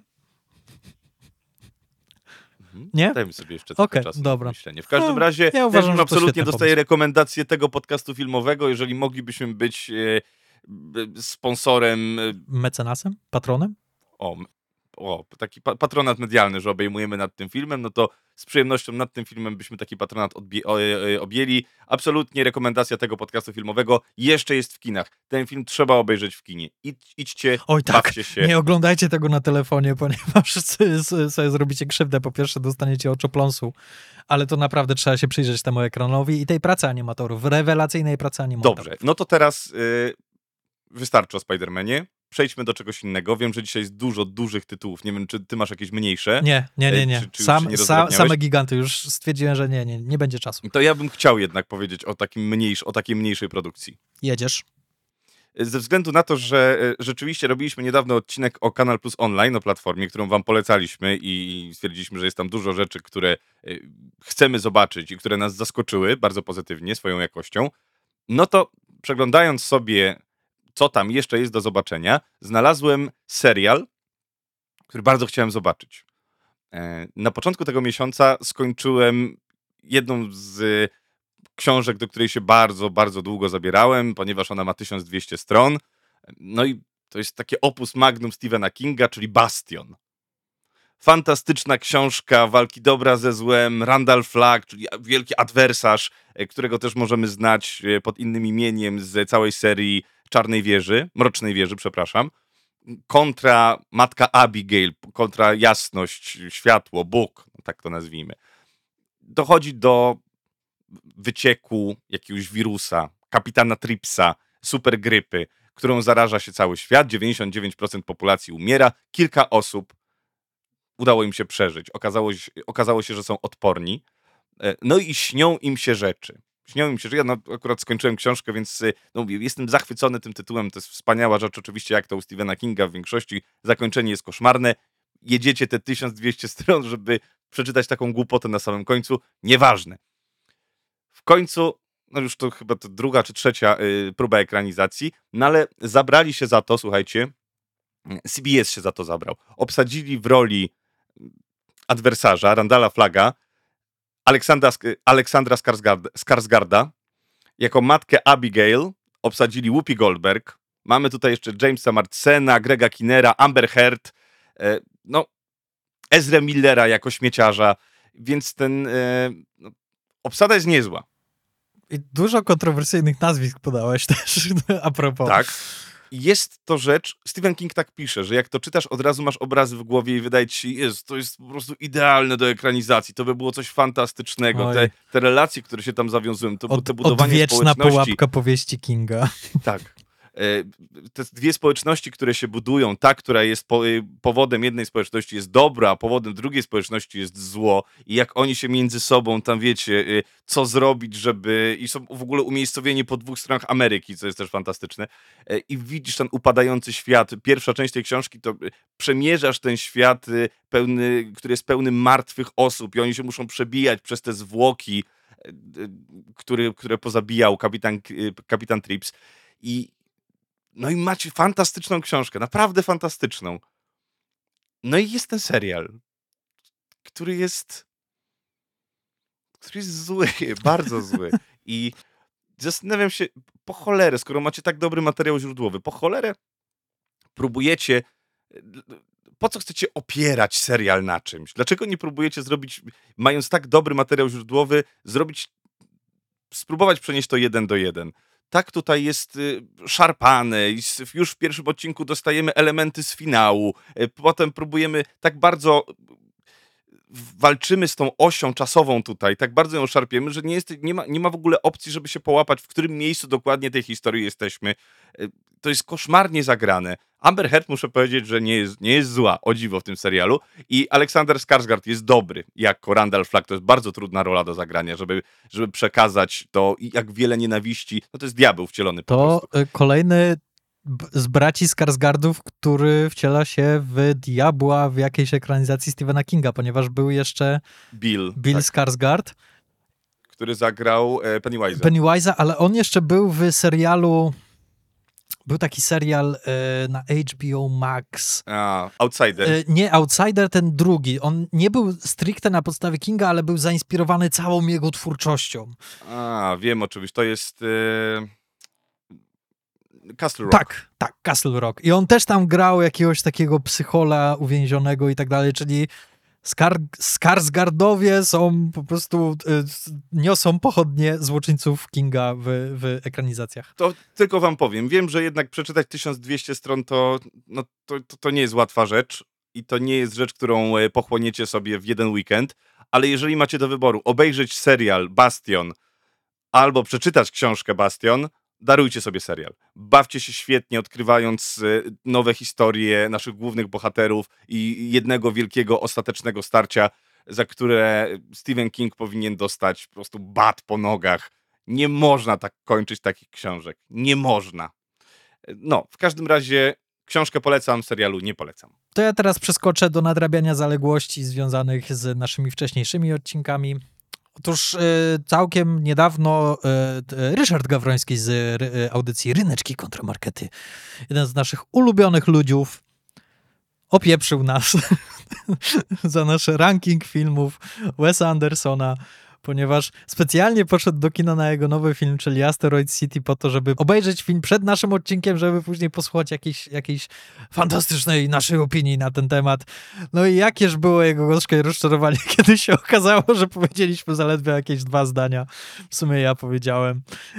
Mhm. Nie? Dajmy sobie jeszcze trochę Okej, czasu dobra. na myślenie. W każdym No, razie ja ten uważam, film że to absolutnie świetny dostaje pomysł. rekomendację tego podcastu filmowego, jeżeli moglibyśmy być e, e, sponsorem, e, Mecenasem? Patronem? o, m- o, taki pa- patronat medialny, że obejmujemy nad tym filmem, no to z przyjemnością nad tym filmem byśmy taki patronat odbie- o, e, objęli. Absolutnie rekomendacja tego podcastu filmowego jeszcze jest w kinach. Ten film trzeba obejrzeć w kinie. Idź, idźcie, Oj tak, bawcie się. nie oglądajcie tego na telefonie, ponieważ sobie sobie zrobicie krzywdę. Po pierwsze dostaniecie oczopląsu, ale to naprawdę trzeba się przyjrzeć temu ekranowi i tej pracy animatorów, rewelacyjnej pracy animatorów. Dobrze, no to teraz y, wystarczy o Spider-Manie. Przejdźmy do czegoś innego. Wiem, że dzisiaj jest dużo dużych tytułów. Nie wiem, czy ty masz jakieś mniejsze. Nie, nie, nie, E, nie. czy- czy już się Sam, nie sa, rozdrabniałeś? same giganty. Już stwierdziłem, że nie, nie, nie będzie czasu. To ja bym chciał jednak powiedzieć o, takim mniejsz, o takiej mniejszej produkcji. Jedziesz. Ze względu na to, że e, rzeczywiście robiliśmy niedawno odcinek o Kanal Plus Online, o platformie, którą wam polecaliśmy i stwierdziliśmy, że jest tam dużo rzeczy, które e, chcemy zobaczyć i które nas zaskoczyły bardzo pozytywnie swoją jakością, no to przeglądając sobie, co tam jeszcze jest do zobaczenia, znalazłem serial, który bardzo chciałem zobaczyć. E, Na początku tego miesiąca skończyłem jedną z książek, do której się bardzo, bardzo długo zabierałem, ponieważ ona ma tysiąc dwieście stron. No i to jest takie opus magnum Stephena Kinga, czyli Bastion. Fantastyczna książka walki dobra ze złem, Randall Flagg, czyli wielki adwersarz, e, którego też możemy znać e, pod innym imieniem z całej serii Czarnej Wieży, Mrocznej Wieży, przepraszam, kontra matka Abigail, kontra jasność, światło, Bóg, tak to nazwijmy. Dochodzi do wycieku jakiegoś wirusa, kapitana Tripsa, supergrypy, którą zaraża się cały świat, dziewięćdziesiąt dziewięć procent populacji umiera, kilka osób udało im się przeżyć. Okazało się, okazało się, że są odporni. E, No i śnią im się rzeczy. Śnią im się rzeczy. Ja no, akurat skończyłem książkę, więc y, no, mówię, jestem zachwycony tym tytułem. To jest wspaniała rzecz, oczywiście, jak to u Stephena Kinga w większości. Zakończenie jest koszmarne. Jedziecie te tysiąc dwieście stron, żeby przeczytać taką głupotę na samym końcu. Nieważne. W końcu, no już to chyba to druga czy trzecia y, próba ekranizacji, no ale zabrali się za to, słuchajcie, C B S się za to zabrał. Obsadzili w roli adwersarza, Randalla Flagga, Aleksandra, Sk- Aleksandra Skarsgarda, Skarsgarda. Jako matkę Abigail obsadzili Whoopi Goldberg. Mamy tutaj jeszcze Jamesa Martsena, Grega Kinnera, Amber Heard, e, no, Ezra Millera jako śmieciarza, więc ten e, no, obsada jest niezła. I dużo kontrowersyjnych nazwisk podałeś też, a propos. Tak. Jest to rzecz, Stephen King tak pisze, że jak to czytasz, od razu masz obrazy w głowie i wydaje ci się, jest, to jest po prostu idealne do ekranizacji, to by było coś fantastycznego. Oj. Te, te relacje, które się tam zawiązują, to, Od, to budowanie odwieczna społeczności. pułapka powieści Kinga. Tak. E, Te dwie społeczności, które się budują, ta, która jest po, y, powodem jednej społeczności jest dobra, a powodem drugiej społeczności jest zło i jak oni się między sobą tam, wiecie, y, co zrobić, żeby... i są w ogóle umiejscowieni po dwóch stronach Ameryki, co jest też fantastyczne. E, I widzisz ten upadający świat. Pierwsza część tej książki to y, przemierzasz ten świat y, pełny, który jest pełny martwych osób i oni się muszą przebijać przez te zwłoki, y, y, który, które pozabijał kapitan, y, kapitan Trips. I no i macie fantastyczną książkę, naprawdę fantastyczną. No i jest ten serial, który jest który jest zły, bardzo zły. I zastanawiam się, po cholerę, skoro macie tak dobry materiał źródłowy, po cholerę próbujecie... Po co chcecie opierać serial na czymś? Dlaczego nie próbujecie zrobić, mając tak dobry materiał źródłowy, zrobić, spróbować przenieść to jeden do jeden? Tak tutaj jest y, szarpane, i s- już w pierwszym odcinku dostajemy elementy z finału, y, potem próbujemy tak bardzo walczymy z tą osią czasową tutaj, tak bardzo ją szarpiemy, że nie, jest, nie, ma, nie ma w ogóle opcji, żeby się połapać, w którym miejscu dokładnie tej historii jesteśmy. Y, To jest koszmarnie zagrane. Amber Heard, muszę powiedzieć, że nie jest, nie jest zła, o dziwo, w tym serialu. I Aleksander Skarsgård jest dobry, jako Randall Flagg. To jest bardzo trudna rola do zagrania, żeby, żeby przekazać to, i jak wiele nienawiści. No to jest diabeł wcielony po To prostu. y, kolejny b- z braci Skarsgardów, który wciela się w diabła w jakiejś ekranizacji Stephena Kinga, ponieważ był jeszcze Bill, Bill tak, Skarsgård, który zagrał e, Pennywise'a. Pennywise'a, ale on jeszcze był w serialu, był taki serial y, na H B O Max, A, Outsider. y, nie Outsider, ten drugi. On nie był stricte na podstawie Kinga, ale był zainspirowany całą jego twórczością. A, wiem oczywiście, to jest e... Castle Rock. Tak, tak, Castle Rock. I on też tam grał jakiegoś takiego psychola uwięzionego i tak dalej, czyli Skar Skarsgardowie są po prostu, y, niosą pochodnie złoczyńców Kinga w, w ekranizacjach. To tylko wam powiem, wiem, że jednak przeczytać tysiąc dwieście stron to, no, to, to, to nie jest łatwa rzecz i to nie jest rzecz, którą e, pochłoniecie sobie w jeden weekend, ale jeżeli macie do wyboru obejrzeć serial Bastion albo przeczytać książkę Bastion, darujcie sobie serial. Bawcie się świetnie, odkrywając e, nowe historie naszych głównych bohaterów i jednego wielkiego, ostatecznego starcia, za które Stephen King powinien dostać po prostu bat po nogach. Nie można tak kończyć takich książek. Nie można. No, w każdym razie książkę polecam, serialu nie polecam. To ja teraz przeskoczę do nadrabiania zaległości związanych z naszymi wcześniejszymi odcinkami. Otóż y, całkiem niedawno y, Ryszard Gawroński z y, audycji Ryneczki Kontramarkety, jeden z naszych ulubionych ludziów, opieprzył nas za nasz ranking filmów Wesa Andersona, ponieważ specjalnie poszedł do kina na jego nowy film, czyli Asteroid City, po to, żeby obejrzeć film przed naszym odcinkiem, żeby później posłuchać jakiejś, jakiejś fantastycznej naszej opinii na ten temat. No i jakież było jego gorzkie rozczarowanie, kiedy się okazało, że powiedzieliśmy zaledwie jakieś dwa zdania. W sumie ja powiedziałem.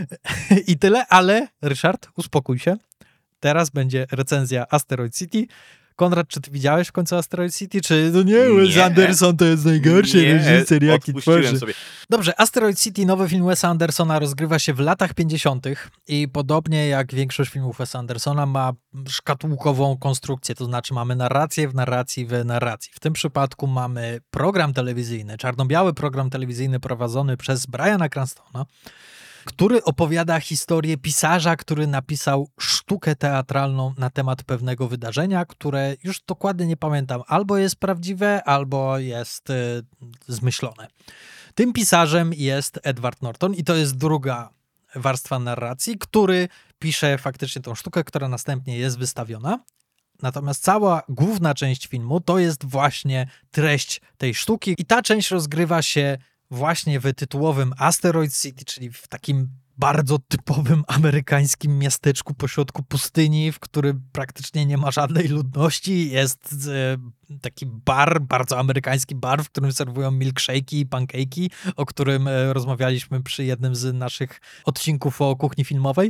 I tyle, ale Ryszard, uspokój się. Teraz będzie recenzja Asteroid City. Konrad, czy ty widziałeś w końcu Asteroid City? Czy no nie, Wes Nie. Anderson to jest najgorszy Nie, reżyser, jaki odpuściłem tworzy. sobie. Dobrze, Asteroid City, nowy film Wesa Andersona, rozgrywa się w latach pięćdziesiątych i podobnie jak większość filmów Wesa Andersona ma szkatułkową konstrukcję, to znaczy mamy narrację w narracji w narracji. W tym przypadku mamy program telewizyjny, czarno-biały program telewizyjny prowadzony przez Briana Cranstona, który opowiada historię pisarza, który napisał sztukę teatralną na temat pewnego wydarzenia, które już dokładnie nie pamiętam, albo jest prawdziwe, albo jest y, zmyślone. Tym pisarzem jest Edward Norton i to jest druga warstwa narracji, który pisze faktycznie tą sztukę, która następnie jest wystawiona. Natomiast cała główna część filmu to jest właśnie treść tej sztuki i ta część rozgrywa się właśnie w tytułowym Asteroid City, czyli w takim bardzo typowym amerykańskim miasteczku pośrodku pustyni, w którym praktycznie nie ma żadnej ludności. Jest e, taki bar, bardzo amerykański bar, w którym serwują milkshake'i i pancake'i, o którym e, rozmawialiśmy przy jednym z naszych odcinków o kuchni filmowej.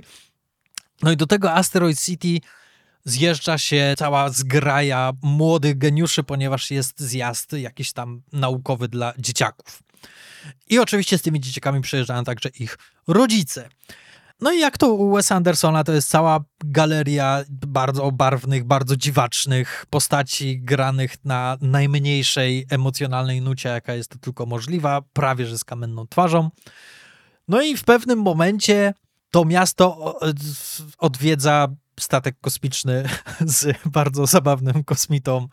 No i do tego Asteroid City zjeżdża się cała zgraja młodych geniuszy, ponieważ jest zjazd jakiś tam naukowy dla dzieciaków. I oczywiście z tymi dzieciakami przyjeżdżają także ich rodzice. No i jak to u Wesa Andersona, to jest cała galeria bardzo barwnych, bardzo dziwacznych postaci granych na najmniejszej emocjonalnej nucie, jaka jest to tylko możliwa, prawie że z kamienną twarzą. No i w pewnym momencie to miasto odwiedza statek kosmiczny z bardzo zabawnym kosmitą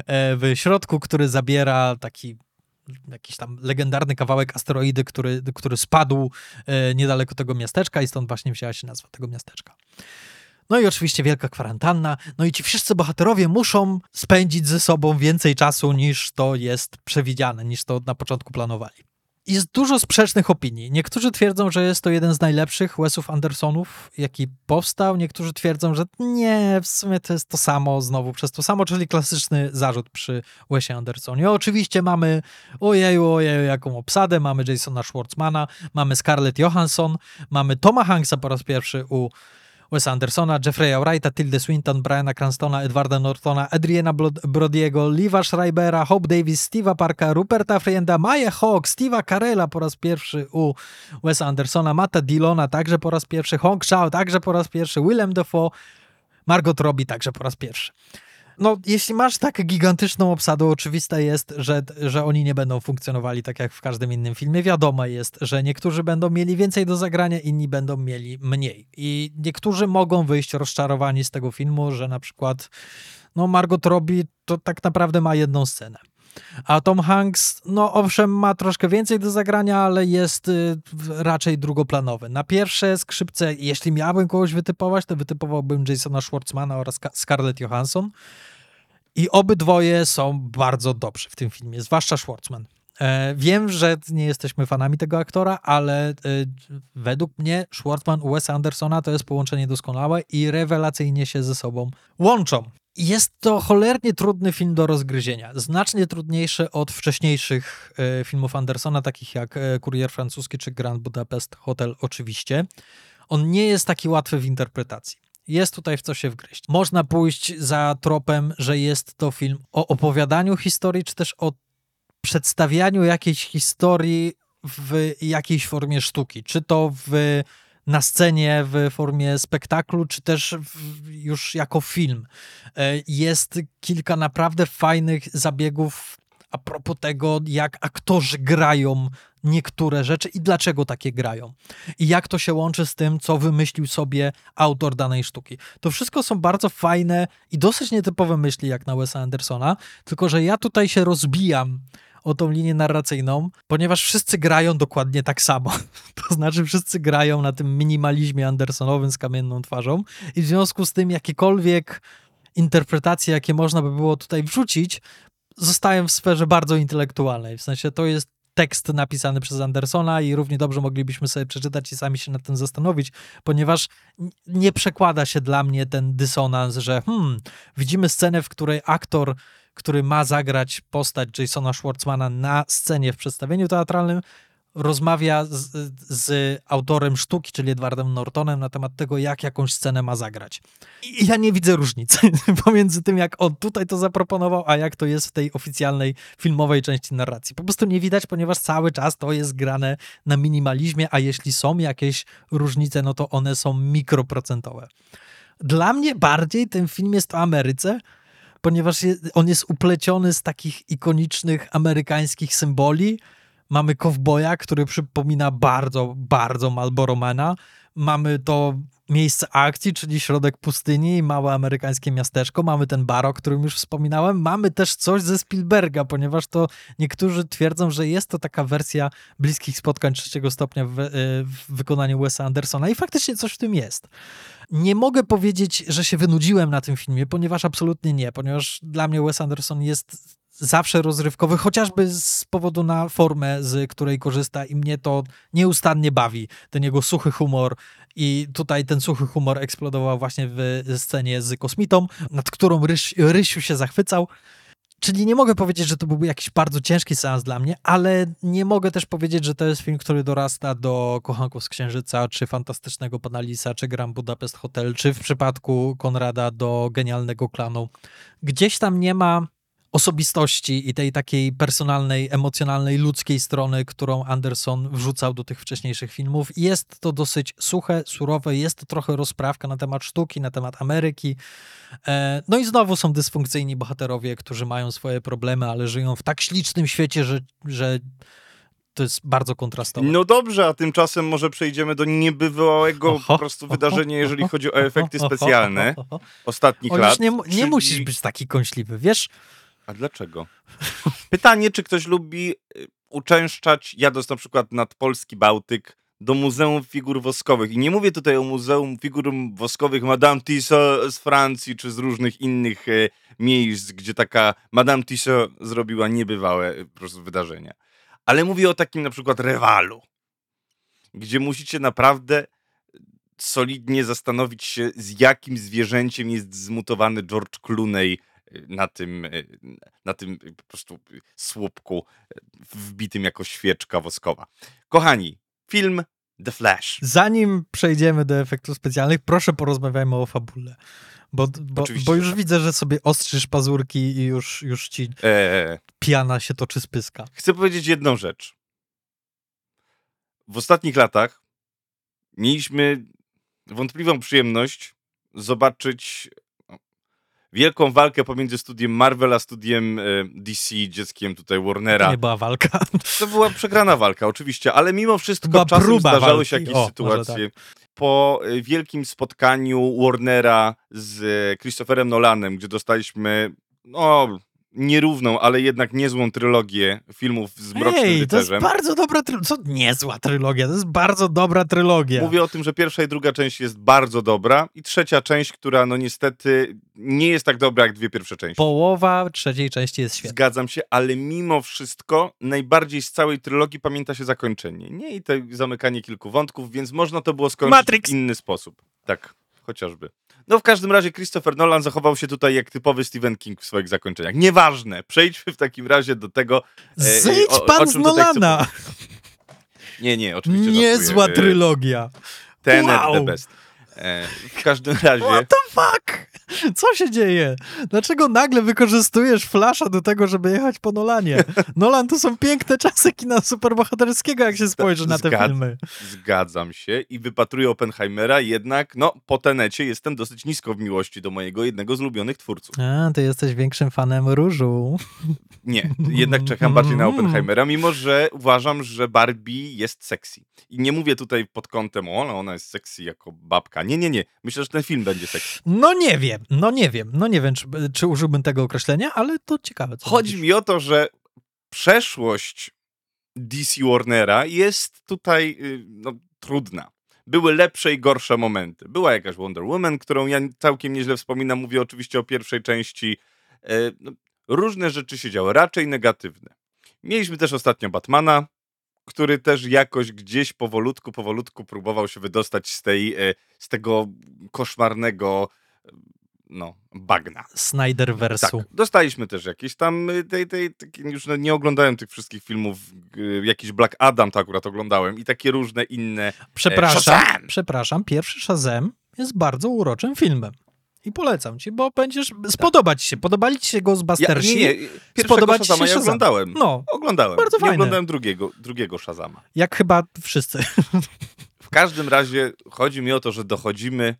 w środku, który zabiera taki jakiś tam legendarny kawałek asteroidy, który, który spadł e, niedaleko tego miasteczka i stąd właśnie wzięła się nazwa tego miasteczka. No i oczywiście wielka kwarantanna. No i ci wszyscy bohaterowie muszą spędzić ze sobą więcej czasu niż to jest przewidziane, niż to na początku planowali. jest dużo sprzecznych opinii. Niektórzy twierdzą, że jest to jeden z najlepszych Wesów Andersonów, jaki powstał. Niektórzy twierdzą, że nie, w sumie to jest to samo, znowu przez to samo, czyli klasyczny zarzut przy Wesie Andersonie. Oczywiście mamy ojeju, ojeju, jaką obsadę, mamy Jasona Schwartzmana, mamy Scarlett Johansson, mamy Toma Hanksa po raz pierwszy u Wesa Andersona, Jeffrey'a Wrighta, Tilda Swinton, Briana Cranstona, Edwarda Nortona, Adriana Brodiego, Liva Schreibera, Hope Davis, Steve'a Parka, Ruperta Frienda, Maya Hawke, Steve'a Carella po raz pierwszy u Wesa Andersona, Matta Dillona także po raz pierwszy, Hong Shao także po raz pierwszy, Willem Dafoe, Margot Robbie także po raz pierwszy. No, jeśli masz tak gigantyczną obsadę, oczywiste jest, że, że oni nie będą funkcjonowali tak jak w każdym innym filmie. Wiadomo jest, że niektórzy będą mieli więcej do zagrania, inni będą mieli mniej. I niektórzy mogą wyjść rozczarowani z tego filmu, że na przykład no Margot Robbie to tak naprawdę ma jedną scenę. A Tom Hanks, no owszem, ma troszkę więcej do zagrania, ale jest y, raczej drugoplanowy. Na pierwsze skrzypce, jeśli miałbym kogoś wytypować, to wytypowałbym Jasona Schwartzmana oraz Scarlett Johansson. I obydwoje są bardzo dobrzy w tym filmie, zwłaszcza Schwartzman. E, wiem, że nie jesteśmy fanami tego aktora, ale e, według mnie Schwartzman u Wesa Andersona to jest połączenie doskonałe i rewelacyjnie się ze sobą łączą. Jest to cholernie trudny film do rozgryzienia. Znacznie trudniejszy od wcześniejszych e, filmów Andersona, takich jak e, Kurier Francuski czy Grand Budapest Hotel oczywiście. On nie jest taki łatwy w interpretacji. Jest tutaj w co się wgryźć. Można pójść za tropem, że jest to film o opowiadaniu historii, czy też o przedstawianiu jakiejś historii w jakiejś formie sztuki. Czy to w, na scenie, w formie spektaklu, czy też w, już jako film. Jest kilka naprawdę fajnych zabiegów a propos tego, jak aktorzy grają niektóre rzeczy i dlaczego takie grają. I jak to się łączy z tym, co wymyślił sobie autor danej sztuki. To wszystko są bardzo fajne i dosyć nietypowe myśli, jak na Wesa Andersona, tylko że ja tutaj się rozbijam o tą linię narracyjną, ponieważ wszyscy grają dokładnie tak samo. To znaczy wszyscy grają na tym minimalizmie andersonowym z kamienną twarzą i w związku z tym jakiekolwiek interpretacje, jakie można by było tutaj wrzucić, zostają w sferze bardzo intelektualnej. W sensie to jest tekst napisany przez Andersona i równie dobrze moglibyśmy sobie przeczytać i sami się nad tym zastanowić, ponieważ nie przekłada się dla mnie ten dysonans, że hmm, widzimy scenę, w której aktor, który ma zagrać postać Jasona Schwartzmana na scenie w przedstawieniu teatralnym, rozmawia z, z autorem sztuki, czyli Edwardem Nortonem, na temat tego, jak jakąś scenę ma zagrać. I ja nie widzę różnicy pomiędzy tym, jak on tutaj to zaproponował, a jak to jest w tej oficjalnej filmowej części narracji. Po prostu nie widać, ponieważ cały czas to jest grane na minimalizmie, a jeśli są jakieś różnice, no to one są mikroprocentowe. Dla mnie bardziej ten film jest o Ameryce, ponieważ on jest upleciony z takich ikonicznych amerykańskich symboli. Mamy kowboja, który przypomina bardzo, bardzo Marlboro Mana. Mamy to miejsce akcji, czyli środek pustyni, małe amerykańskie miasteczko. Mamy ten bar, o którym już wspominałem. Mamy też coś ze Spielberga, ponieważ to niektórzy twierdzą, że jest to taka wersja Bliskich Spotkań trzeciego stopnia w, w wykonaniu Wesa Andersona i faktycznie coś w tym jest. Nie mogę powiedzieć, że się wynudziłem na tym filmie, ponieważ absolutnie nie, ponieważ dla mnie Wes Anderson jest zawsze rozrywkowy, chociażby z powodu na formę, z której korzysta i mnie to nieustannie bawi. Ten jego suchy humor i tutaj ten suchy humor eksplodował właśnie w scenie z kosmitą, nad którą Ryś, Rysiu się zachwycał. Czyli nie mogę powiedzieć, że to byłby jakiś bardzo ciężki seans dla mnie, ale nie mogę też powiedzieć, że to jest film, który dorasta do Kochanków z Księżyca, czy Fantastycznego Pana Lisa, czy Grand Budapest Hotel, czy w przypadku Konrada do Genialnego Klanu. Gdzieś tam nie ma osobistości i tej takiej personalnej, emocjonalnej, ludzkiej strony, którą Anderson wrzucał do tych wcześniejszych filmów. Jest to dosyć suche, surowe, jest to trochę rozprawka na temat sztuki, na temat Ameryki. No i znowu są dysfunkcyjni bohaterowie, którzy mają swoje problemy, ale żyją w tak ślicznym świecie, że, że to jest bardzo kontrastowe. No dobrze, a tymczasem może przejdziemy do niebywałego oho, po prostu wydarzenia, jeżeli chodzi o efekty specjalne ostatnich o, lat. Już nie, nie czyli... musisz być taki kąśliwy, wiesz? A dlaczego? Pytanie, czy ktoś lubi uczęszczać, jadąc na przykład nad polski Bałtyk, do Muzeum Figur Woskowych. I nie mówię tutaj o Muzeum Figur Woskowych Madame Tissot z Francji, czy z różnych innych e, miejsc, gdzie taka Madame Tissot zrobiła niebywałe po prostu wydarzenia. Ale mówię o takim na przykład Rewalu, gdzie musicie naprawdę solidnie zastanowić się, z jakim zwierzęciem jest zmutowany George Clooney na tym, na tym po prostu słupku wbitym jako świeczka woskowa. Kochani, film The Flash. Zanim przejdziemy do efektów specjalnych, proszę porozmawiajmy o fabule. Bo, bo, bo już tak. widzę, że sobie ostrzysz pazurki i już, już ci Eee. piana się toczy z pyska. Chcę powiedzieć jedną rzecz. W ostatnich latach mieliśmy wątpliwą przyjemność zobaczyć wielką walkę pomiędzy studiem Marvel a studiem D C, dzieckiem tutaj Warnera. To nie była walka. To była przegrana walka, oczywiście, ale mimo wszystko była czasem próba zdarzały walki. się jakieś O, sytuacje. tak. Po wielkim spotkaniu Warnera z Christopherem Nolanem, gdzie dostaliśmy no nierówną, ale jednak niezłą trylogię filmów z Mrocznym Ej, Rycerzem. to jest bardzo dobra trylogia. Co? Niezła trylogia, to jest bardzo dobra trylogia. Mówię o tym, że pierwsza i druga część jest bardzo dobra i trzecia część, która no niestety nie jest tak dobra jak dwie pierwsze części. Połowa trzeciej części jest świetna. Zgadzam się, ale mimo wszystko najbardziej z całej trylogii pamięta się zakończenie. Nie i to zamykanie kilku wątków, więc można to było skończyć Matrix. w inny sposób. Tak, chociażby. No w każdym razie Christopher Nolan zachował się tutaj jak typowy Stephen King w swoich zakończeniach. Nieważne, przejdźmy w takim razie do tego... E, Zejdź o, pan o z czym tutaj chcę Nolana! Nie, nie, oczywiście Niezła żartuję. trylogia. Tenet Wow. the best. E, w każdym razie... What the fuck? Co się dzieje? Dlaczego nagle wykorzystujesz Flasha do tego, żeby jechać po Nolanie? Nolan to są piękne czasy kina superbohaterskiego, jak się spojrzy na te Zgad- filmy. Zgadzam się i wypatruję Oppenheimera, jednak no po Tenecie jestem dosyć nisko w miłości do mojego jednego z ulubionych twórców. A, ty jesteś większym fanem Różu. Nie, jednak czekam bardziej na Oppenheimera, mimo że uważam, że Barbie jest sexy. I nie mówię tutaj pod kątem, o, no ona jest sexy jako babka. Nie, nie, nie. Myślę, że ten film będzie sexy. No nie wiem, no nie wiem, no nie wiem, czy, czy użyłbym tego określenia, ale to ciekawe. Co Chodzi mówisz. mi o to, że przeszłość D C Warnera jest tutaj y, no, trudna. Były lepsze i gorsze momenty. Była jakaś Wonder Woman, którą ja całkiem nieźle wspominam. Mówię oczywiście o pierwszej części. Y, no, różne rzeczy się działy, raczej negatywne. Mieliśmy też ostatnio Batmana, który też jakoś gdzieś powolutku, powolutku próbował się wydostać z tej, y, z tego koszmarnego no, bagna. Snyderversu. Tak, dostaliśmy też jakieś tam, y, tej, tej, tej, już no nie oglądałem tych wszystkich filmów, y, jakiś Black Adam to akurat oglądałem i takie różne inne. Przepraszam, Shazam! przepraszam, pierwszy Shazam jest bardzo uroczym filmem. I polecam ci, bo będziesz, spodoba ci się, podobali ci się Ja, Ghostbustersi? nie, nie, pierwszego Spodoba ci się Shazama ja Shazam. oglądałem. No, Oglądałem. bardzo nie fajne. oglądałem drugiego, drugiego Shazama. jak chyba wszyscy. W każdym razie chodzi mi o to, że dochodzimy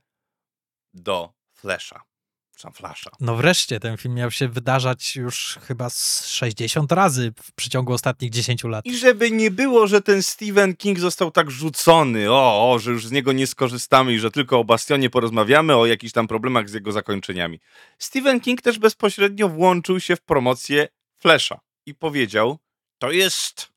do Flasha. Sam Flasha. No wreszcie, ten film miał się wydarzać już chyba z sześćdziesiąt razy w przeciągu ostatnich dziesięciu lat. I żeby nie było, że ten Stephen King został tak rzucony, o, o, że już z niego nie skorzystamy i że tylko o Bastionie porozmawiamy, o jakichś tam problemach z jego zakończeniami. Stephen King też bezpośrednio włączył się w promocję Flasha i powiedział, to jest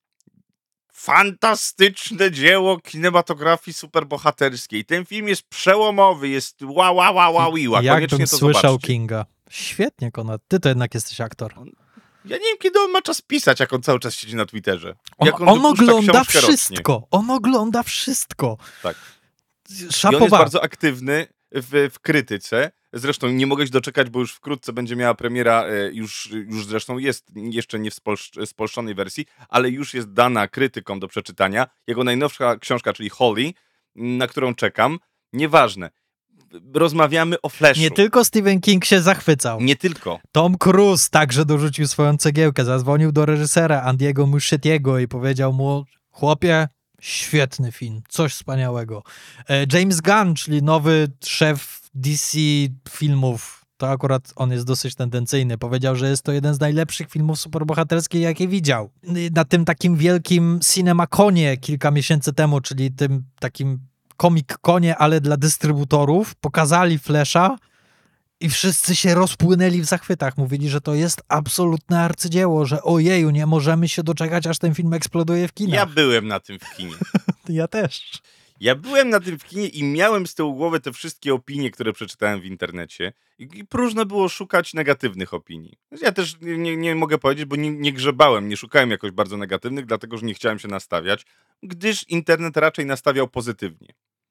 fantastyczne dzieło kinematografii superbohaterskiej. Ten film jest przełomowy, jest ła, ła, ła, ła, ła. Jakbym Koniecznie to słyszał zobaczcie. Kinga. Świetnie, Konrad. Ty to jednak jesteś aktor. Ja nie wiem, kiedy on ma czas pisać, jak on cały czas siedzi na Twitterze. On, Jak on wypuszcza ogląda książkę rocznie. wszystko. On ogląda wszystko. Tak. I on jest Szapowa. bardzo aktywny w, w krytyce. Zresztą nie mogę się doczekać, bo już wkrótce będzie miała premiera, e, już, już zresztą jest jeszcze nie w spolsz- spolszczonej wersji, ale już jest dana krytykom do przeczytania. Jego najnowsza książka, czyli Holly, na którą czekam. Nieważne. Rozmawiamy o Flashu. Nie tylko Stephen King się zachwycał. Nie tylko. Tom Cruise także dorzucił swoją cegiełkę. Zadzwonił do reżysera Andiego Muschietiego i powiedział mu, chłopie, świetny film, coś wspaniałego. E, James Gunn, czyli nowy szef D C filmów, to akurat on jest dosyć tendencyjny, powiedział, że jest to jeden z najlepszych filmów superbohaterskich, jakie widział. Na tym takim wielkim CinemaConie kilka miesięcy temu, czyli tym takim Comic-Conie, ale dla dystrybutorów, pokazali Flasha i wszyscy się rozpłynęli w zachwytach. Mówili, że to jest absolutne arcydzieło, że ojeju, nie możemy się doczekać, aż ten film eksploduje w kinach. Ja byłem na tym w kinie. Ja też. Ja byłem na tym w kinie i miałem z tyłu głowy te wszystkie opinie, które przeczytałem w internecie i, i próżno było szukać negatywnych opinii. Ja też nie, nie, nie mogę powiedzieć, bo nie, nie grzebałem, nie szukałem jakoś bardzo negatywnych, dlatego że nie chciałem się nastawiać, gdyż internet raczej nastawiał pozytywnie.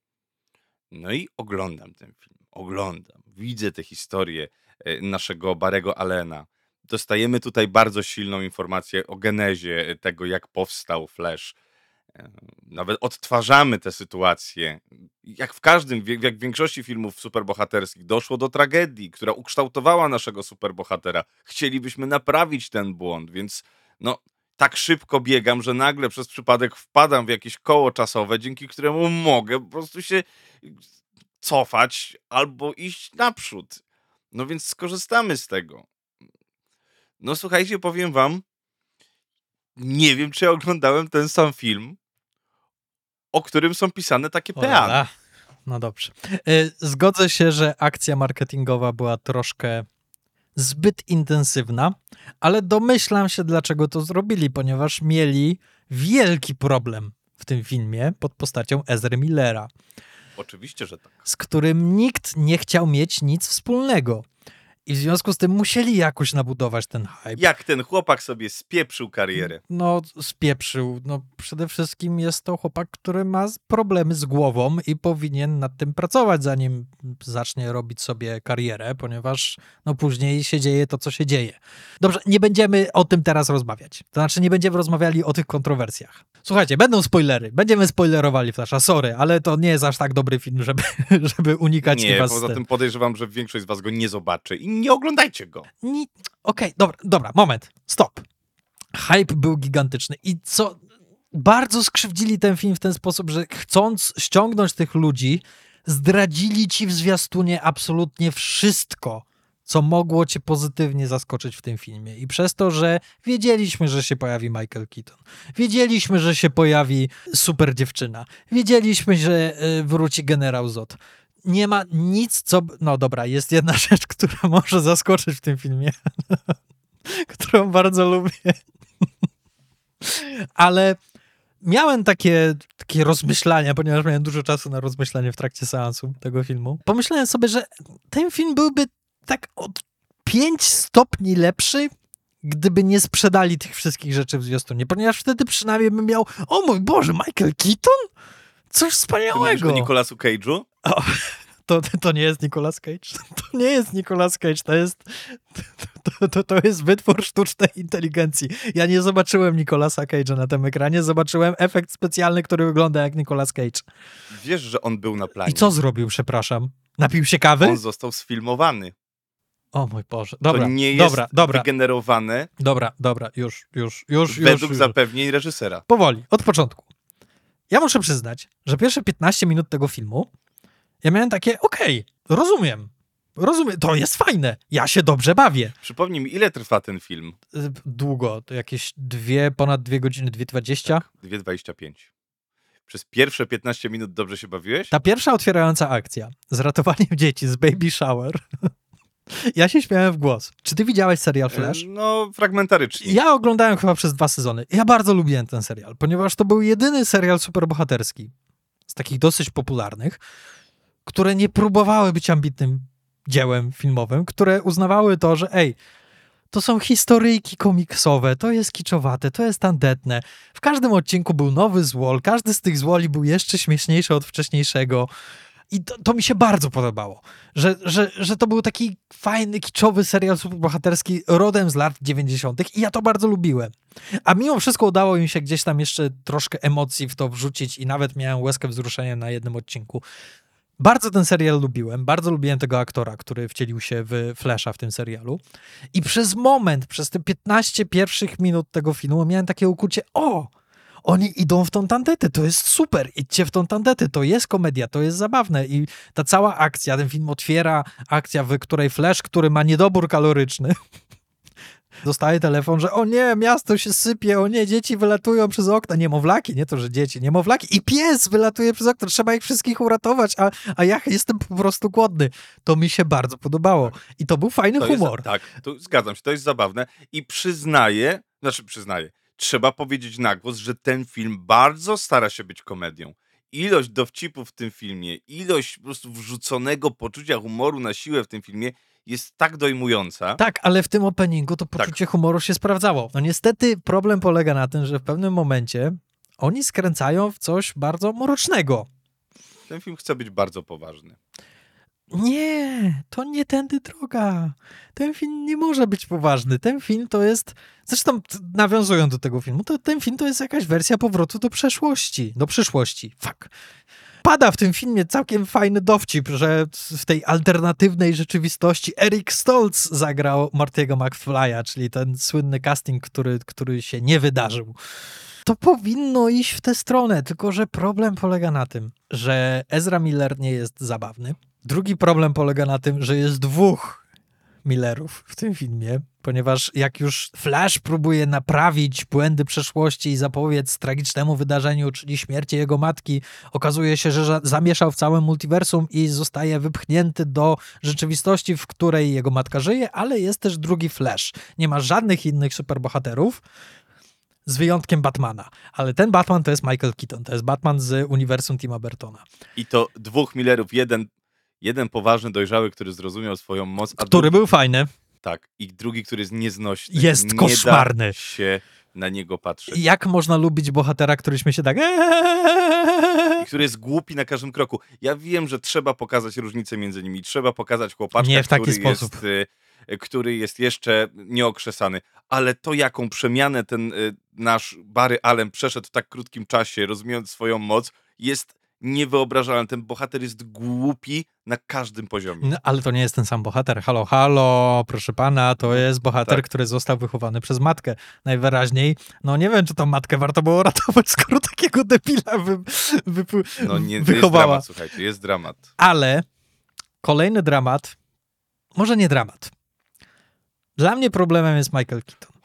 No i oglądam ten film, oglądam, widzę tę historię e, naszego Barego Allena. Dostajemy tutaj bardzo silną informację o genezie tego, jak powstał Flash. E, Nawet odtwarzamy tę sytuację. Jak w każdym, wie- jak w większości filmów superbohaterskich, doszło do tragedii, która ukształtowała naszego superbohatera. Chcielibyśmy naprawić ten błąd, więc no, tak szybko biegam, że nagle przez przypadek wpadam w jakieś koło czasowe, dzięki któremu mogę po prostu się cofać albo iść naprzód. No więc skorzystamy z tego. No słuchajcie, powiem wam, nie wiem, czy ja oglądałem ten sam film, o którym są pisane takie peany. Ola. No dobrze. Y, Zgodzę się, że akcja marketingowa była troszkę zbyt intensywna, ale domyślam się, dlaczego to zrobili, ponieważ mieli wielki problem w tym filmie pod postacią Ezry Millera, Oczywiście, że tak. z którym nikt nie chciał mieć nic wspólnego. I w związku z tym musieli jakoś nabudować ten hype. Jak ten chłopak sobie spieprzył karierę. No, spieprzył. No, przede wszystkim jest to chłopak, który ma z- problemy z głową i powinien nad tym pracować, zanim zacznie robić sobie karierę, ponieważ no, później się dzieje to, co się dzieje. Dobrze, nie będziemy o tym teraz rozmawiać. To znaczy, nie będziemy rozmawiali o tych kontrowersjach. Słuchajcie, będą spoilery. Będziemy spoilerowali Flasha, sorry, ale to nie jest aż tak dobry film, żeby, żeby unikać Nie, was poza z tym podejrzewam, że większość z was go nie zobaczy i nie oglądajcie go. Ni- Okej, dobra, dobra, moment, stop. Hype był gigantyczny i co... Bardzo skrzywdzili ten film w ten sposób, że chcąc ściągnąć tych ludzi, zdradzili ci w zwiastunie absolutnie wszystko, co mogło cię pozytywnie zaskoczyć w tym filmie. I przez to, że wiedzieliśmy, że się pojawi Michael Keaton, wiedzieliśmy, że się pojawi super dziewczyna, wiedzieliśmy, że y, wróci generał Zod. Nie ma nic, co... No dobra, jest jedna rzecz, która może zaskoczyć w tym filmie, którą bardzo lubię. Ale miałem takie, takie rozmyślania, ponieważ miałem dużo czasu na rozmyślanie w trakcie seansu tego filmu. Pomyślałem sobie, że ten film byłby tak od pięć stopni lepszy, gdyby nie sprzedali tych wszystkich rzeczy w zwiastunie, ponieważ wtedy przynajmniej bym miał, o mój Boże, Michael Keaton? Coś Ty mówisz wspaniałego. o Nicolasu Cage'u? O, to, to nie jest Nicolas Cage. To nie jest Nicolas Cage, to jest to, to, to jest wytwór sztucznej inteligencji. Ja nie zobaczyłem Nicolasa Cage'a na tym ekranie, zobaczyłem efekt specjalny, który wygląda jak Nicolas Cage. Wiesz, że on był na planie. I co zrobił, przepraszam? Napił się kawy? On został sfilmowany. O mój Boże. Dobra, to nie jest dobra, dobra, wygenerowane dobra, dobra, już, już, już, według już, już. zapewnień reżysera. Powoli, od początku. Ja muszę przyznać, że pierwsze piętnaście minut tego filmu ja miałem takie, okej, rozumiem, rozumiem, to jest fajne, ja się dobrze bawię. Przypomnij mi, ile trwa ten film? Y, Długo, to jakieś dwie, ponad dwie godziny, dwie dwadzieścia. dwie dwadzieścia pięć. Przez pierwsze piętnaście minut dobrze się bawiłeś? Ta pierwsza otwierająca akcja z ratowaniem dzieci z Baby Shower, ja się śmiałem w głos. Czy ty widziałeś serial Flash? No, fragmentarycznie. Ja oglądałem chyba przez dwa sezony. Ja bardzo lubiłem ten serial, ponieważ to był jedyny serial superbohaterski z takich dosyć popularnych, które nie próbowały być ambitnym dziełem filmowym, które uznawały to, że ej, to są historyjki komiksowe, to jest kiczowate, to jest tandetne. W każdym odcinku był nowy złol, każdy z tych złoli był jeszcze śmieszniejszy od wcześniejszego. I to, to mi się bardzo podobało, że, że, że to był taki fajny, kiczowy serial superbohaterski rodem z lat dziewięćdziesiątych i ja to bardzo lubiłem. A mimo wszystko udało mi się gdzieś tam jeszcze troszkę emocji w to wrzucić i nawet miałem łezkę wzruszenia na jednym odcinku. Bardzo ten serial lubiłem, bardzo lubiłem tego aktora, który wcielił się w Flasha w tym serialu. I przez moment, przez te piętnaście pierwszych minut tego filmu miałem takie ukucie, o, oni idą w tą tandetę, to jest super, idźcie w tą tandetę, to jest komedia, to jest zabawne. I ta cała akcja, ten film otwiera akcja, w której Flash, który ma niedobór kaloryczny, dostaje telefon, że o nie, miasto się sypie, o nie, dzieci wylatują przez okna, niemowlaki, nie to, że dzieci, niemowlaki i pies wylatuje przez okno, trzeba ich wszystkich uratować, a, a ja jestem po prostu głodny. To mi się bardzo podobało i to był fajny To humor. Jest, tak, to zgadzam się, to jest zabawne i przyznaję, znaczy przyznaję, trzeba powiedzieć na głos, że ten film bardzo stara się być komedią. ilość dowcipów w tym filmie, ilość po prostu wrzuconego poczucia humoru na siłę w tym filmie jest tak dojmująca. Tak, ale w tym openingu to poczucie tak. humoru się sprawdzało. No niestety problem polega na tym, że w pewnym momencie oni skręcają w coś bardzo mrocznego. Ten film chce być bardzo poważny. Nie, to nie tędy droga. Ten film nie może być poważny. Ten film to jest, zresztą nawiązując do tego filmu, to ten film to jest jakaś wersja powrotu do przeszłości, do przyszłości. Fuck. Pada w tym filmie całkiem fajny dowcip, że w tej alternatywnej rzeczywistości Eric Stoltz zagrał Marty'ego McFly'a, czyli ten słynny casting, który, który się nie wydarzył. To powinno iść w tę stronę, tylko że problem polega na tym, że Ezra Miller nie jest zabawny. Drugi problem polega na tym, że jest dwóch Millerów w tym filmie, ponieważ jak już Flash próbuje naprawić błędy przeszłości i zapobiec tragicznemu wydarzeniu, czyli śmierci jego matki, okazuje się, że zamieszał w całym multiversum i zostaje wypchnięty do rzeczywistości, w której jego matka żyje, ale jest też drugi Flash. Nie ma żadnych innych superbohaterów, z wyjątkiem Batmana. Ale ten Batman to jest Michael Keaton, to jest Batman z uniwersum Tima Burtona. I to dwóch Millerów, jeden Jeden poważny, dojrzały, który zrozumiał swoją moc. A który drugi, był fajny. Tak. I drugi, który jest nieznośny. Jest nie koszmarny. Da się na niego patrzeć. Jak można lubić bohatera, któryśmy się tak... I który jest głupi na każdym kroku. Ja wiem, że trzeba pokazać różnicę między nimi. Trzeba pokazać chłopaczka, nie w taki który sposób. Jest, y, który jest jeszcze nieokrzesany. Ale to, jaką przemianę ten y, nasz Barry Allen przeszedł w tak krótkim czasie, rozumiejąc swoją moc, jest niewyobrażalne. Ten bohater jest głupi na każdym poziomie. No, ale to nie jest ten sam bohater. Halo, halo, proszę pana, to jest bohater, tak. który został wychowany przez matkę. Najwyraźniej, no nie wiem, czy tą matkę warto było ratować, skoro takiego debila wy, wy, wy, no nie, wychowała. Jest dramat, słuchajcie, jest dramat. Ale kolejny dramat, może nie dramat. Dla mnie problemem jest Michael Keaton.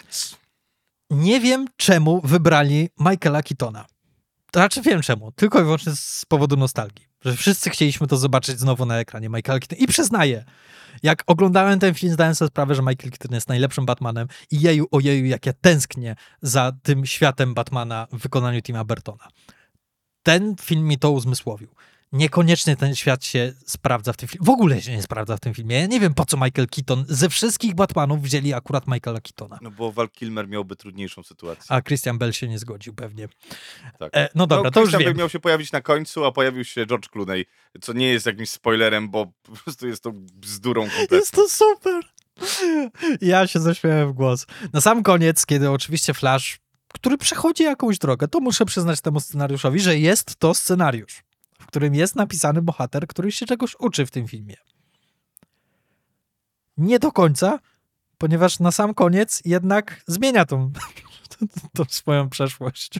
Nie wiem, czemu wybrali Michaela Keatona. To znaczy wiem czemu, tylko i wyłącznie z powodu nostalgii. Że wszyscy chcieliśmy to zobaczyć znowu na ekranie Michael Keaton. I przyznaję, jak oglądałem ten film, zdałem sobie sprawę, że Michael Keaton jest najlepszym Batmanem i jeju, ojeju, jak ja tęsknię za tym światem Batmana w wykonaniu Tima Burtona. Ten film mi to uzmysłowił. Niekoniecznie ten świat się sprawdza w tym filmie. W ogóle się nie sprawdza w tym filmie. Ja nie wiem, po co Michael Keaton. Ze wszystkich Batmanów wzięli akurat Michaela Keatona. No bo Val Kilmer miałby trudniejszą sytuację. A Christian Bale się nie zgodził pewnie. Tak. E, no dobra, no, to Christian już wiem. Bale miał się pojawić na końcu, a pojawił się George Clooney, co nie jest jakimś spoilerem, bo po prostu jest to bzdurą kompletną. Jest to super. Ja się zaśmiałem w głos. Na sam koniec, kiedy oczywiście Flash, który przechodzi jakąś drogę, to muszę przyznać temu scenariuszowi, że jest to scenariusz, w którym jest napisany bohater, który się czegoś uczy w tym filmie. Nie do końca, ponieważ na sam koniec jednak zmienia tą, tą swoją przeszłość.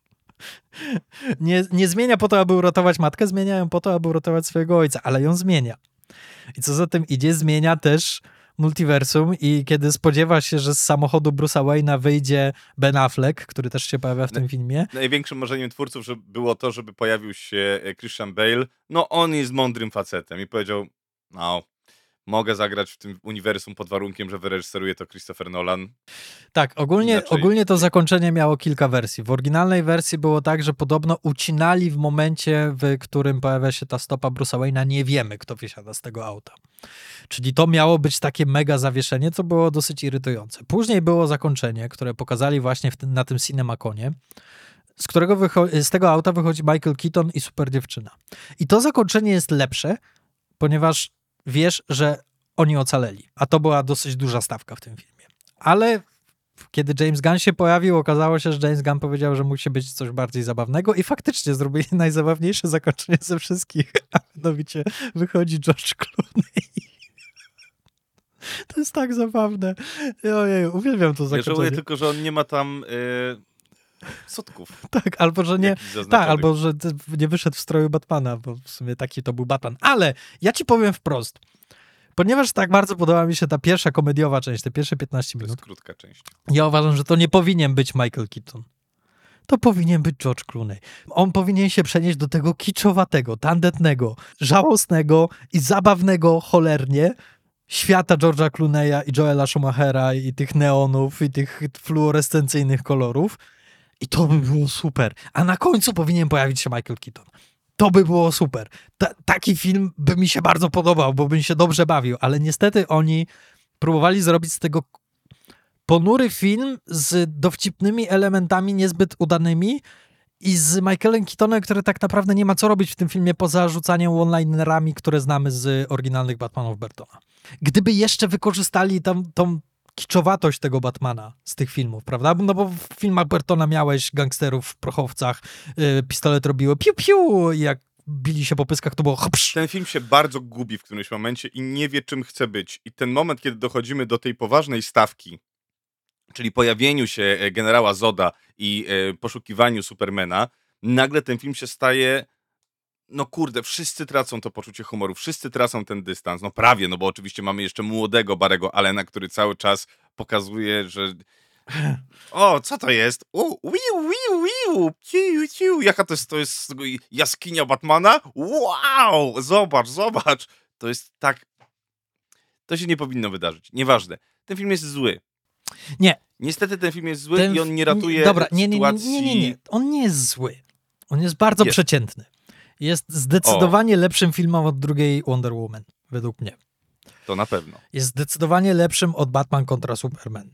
Nie, nie zmienia po to, aby uratować matkę, zmienia ją po to, aby uratować swojego ojca, ale ją zmienia. I co za tym idzie, zmienia też multiversum i kiedy spodziewa się, że z samochodu Bruce'a Wayne'a wyjdzie Ben Affleck, który też się pojawia w tym filmie. Największym marzeniem twórców żeby było to, żeby pojawił się Christian Bale. No on jest mądrym facetem i powiedział, no mogę zagrać w tym uniwersum pod warunkiem, że wyreżyseruje to Christopher Nolan. Tak, ogólnie, Inaczej... ogólnie to zakończenie miało kilka wersji. W oryginalnej wersji było tak, że podobno ucinali w momencie, w którym pojawia się ta stopa Bruce'a Wayne'a, nie wiemy, kto wysiada z tego auta. Czyli to miało być takie mega zawieszenie, co było dosyć irytujące. Później było zakończenie, które pokazali właśnie w tym, na tym CinemaConie, z którego wycho- z tego auta wychodzi Michael Keaton i super dziewczyna. I to zakończenie jest lepsze, ponieważ wiesz, że oni ocaleli. A to była dosyć duża stawka w tym filmie. Ale kiedy James Gunn się pojawił, okazało się, że James Gunn powiedział, że musi być coś bardziej zabawnego i faktycznie zrobili najzabawniejsze zakończenie ze wszystkich. A mianowicie wychodzi George Clooney. To jest tak zabawne. Ojej, uwielbiam to zakończenie. Ja żałuję tylko, że on nie ma tam yy, sutków. Tak, albo że nie, tak, albo że nie wyszedł w stroju Batmana, bo w sumie taki to był Batman. Ale ja ci powiem wprost, ponieważ tak bardzo podoba mi się ta pierwsza komediowa część, te pierwsze piętnaście minut. To jest krótka część. Ja uważam, że to nie powinien być Michael Keaton. To powinien być George Clooney. On powinien się przenieść do tego kiczowatego, tandetnego, żałosnego i zabawnego cholernie świata George'a Clooney'a i Joela Schumachera i tych neonów i tych fluorescencyjnych kolorów I to by było super. A na końcu powinien pojawić się Michael Keaton. To by było super. Ta, taki film by mi się bardzo podobał, bo bym się dobrze bawił, ale niestety oni próbowali zrobić z tego ponury film z dowcipnymi elementami niezbyt udanymi i z Michaelem Keatonem, który tak naprawdę nie ma co robić w tym filmie poza rzucaniem one-linerami, które znamy z oryginalnych Batmanów Burtona. Gdyby jeszcze wykorzystali tam, tą kiczowatość tego Batmana z tych filmów, prawda? No bo w filmach Burtona miałeś gangsterów w prochowcach, yy, pistolet robiły piu piu i jak bili się po pyskach, to było hopsz. Ten film się bardzo gubi w którymś momencie i nie wie, czym chce być. I ten moment, kiedy dochodzimy do tej poważnej stawki, czyli pojawieniu się generała Zoda i e, poszukiwaniu Supermana, nagle ten film się staje, no kurde, wszyscy tracą to poczucie humoru, wszyscy tracą ten dystans, no prawie, no bo oczywiście mamy jeszcze młodego Barry'ego Allena, który cały czas pokazuje, że o, co to jest? O, wiu, wiu, wiu, ciu, ciu. Jaka to jest, to jest jaskinia Batmana? Wow, zobacz, zobacz. To jest tak, to się nie powinno wydarzyć, nieważne. Ten film jest zły. Nie. Niestety ten film jest zły ten, i on nie ratuje dobra, nie, nie, sytuacji... Nie, nie, nie, nie. On nie jest zły. On jest bardzo jest. przeciętny. Jest zdecydowanie o. lepszym filmem od drugiej Wonder Woman, według mnie. To na pewno. Jest zdecydowanie lepszym od Batman kontra Superman.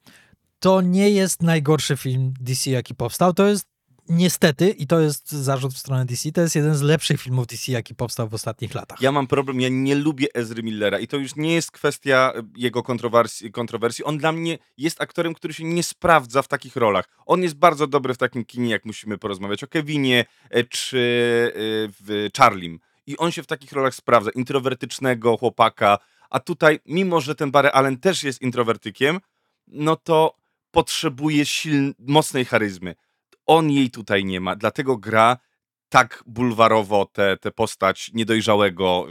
To nie jest najgorszy film D C, jaki powstał. To jest niestety, i to jest zarzut w stronę D C, to jest jeden z lepszych filmów D C, jaki powstał w ostatnich latach. Ja mam problem, ja nie lubię Ezry Millera i to już nie jest kwestia jego kontrowersji, kontrowersji. On dla mnie jest aktorem, który się nie sprawdza w takich rolach. On jest bardzo dobry w takim kinie, jak musimy porozmawiać o Kevinie czy w Charlim. I on się w takich rolach sprawdza. Introwertycznego chłopaka, a tutaj, mimo że ten Barry Allen też jest introwertykiem, no to potrzebuje silnej, mocnej charyzmy. On jej tutaj nie ma, dlatego gra tak bulwarowo tę te, te postać niedojrzałego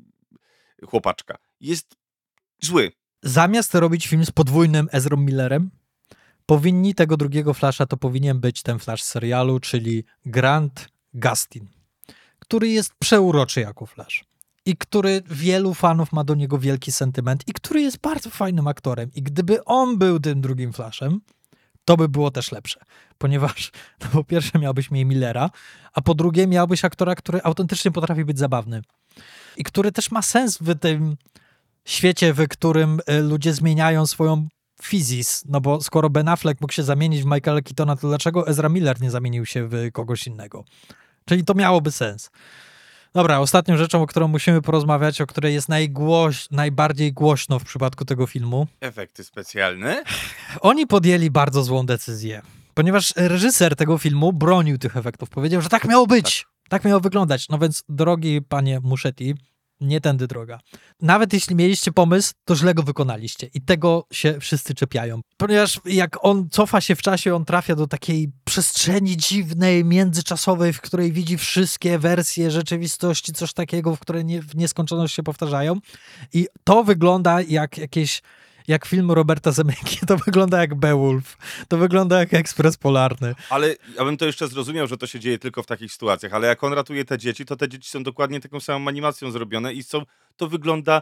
chłopaczka. Jest zły. Zamiast robić film z podwójnym Ezrą Millerem, powinni tego drugiego Flasha, to powinien być ten Flash z serialu, czyli Grant Gustin, który jest przeuroczy jako Flash i który wielu fanów ma do niego wielki sentyment i który jest bardzo fajnym aktorem. I gdyby on był tym drugim Flashem, to by było też lepsze, ponieważ no po pierwsze miałbyś mniej Millera, a po drugie miałbyś aktora, który autentycznie potrafi być zabawny i który też ma sens w tym świecie, w którym ludzie zmieniają swoją fizis, no bo skoro Ben Affleck mógł się zamienić w Michaela Keatona, to dlaczego Ezra Miller nie zamienił się w kogoś innego? Czyli to miałoby sens. Dobra, ostatnią rzeczą, o którą musimy porozmawiać, o której jest najgłoś, najbardziej głośno w przypadku tego filmu. Efekty specjalne. Oni podjęli bardzo złą decyzję, ponieważ reżyser tego filmu bronił tych efektów. Powiedział, że tak miało być, tak, tak miało wyglądać. No więc, drogi panie Muschietti, nie tędy droga. Nawet jeśli mieliście pomysł, to źle go wykonaliście i tego się wszyscy czepiają. Ponieważ jak on cofa się w czasie, on trafia do takiej przestrzeni dziwnej, międzyczasowej, w której widzi wszystkie wersje rzeczywistości, coś takiego, w której nie, w nieskończoność się powtarzają i to wygląda jak jakieś jak film Roberta Zemeckis, to wygląda jak Beowulf, to wygląda jak Ekspres Polarny. Ale ja bym to jeszcze zrozumiał, że to się dzieje tylko w takich sytuacjach, ale jak on ratuje te dzieci, to te dzieci są dokładnie taką samą animacją zrobione i są, to wygląda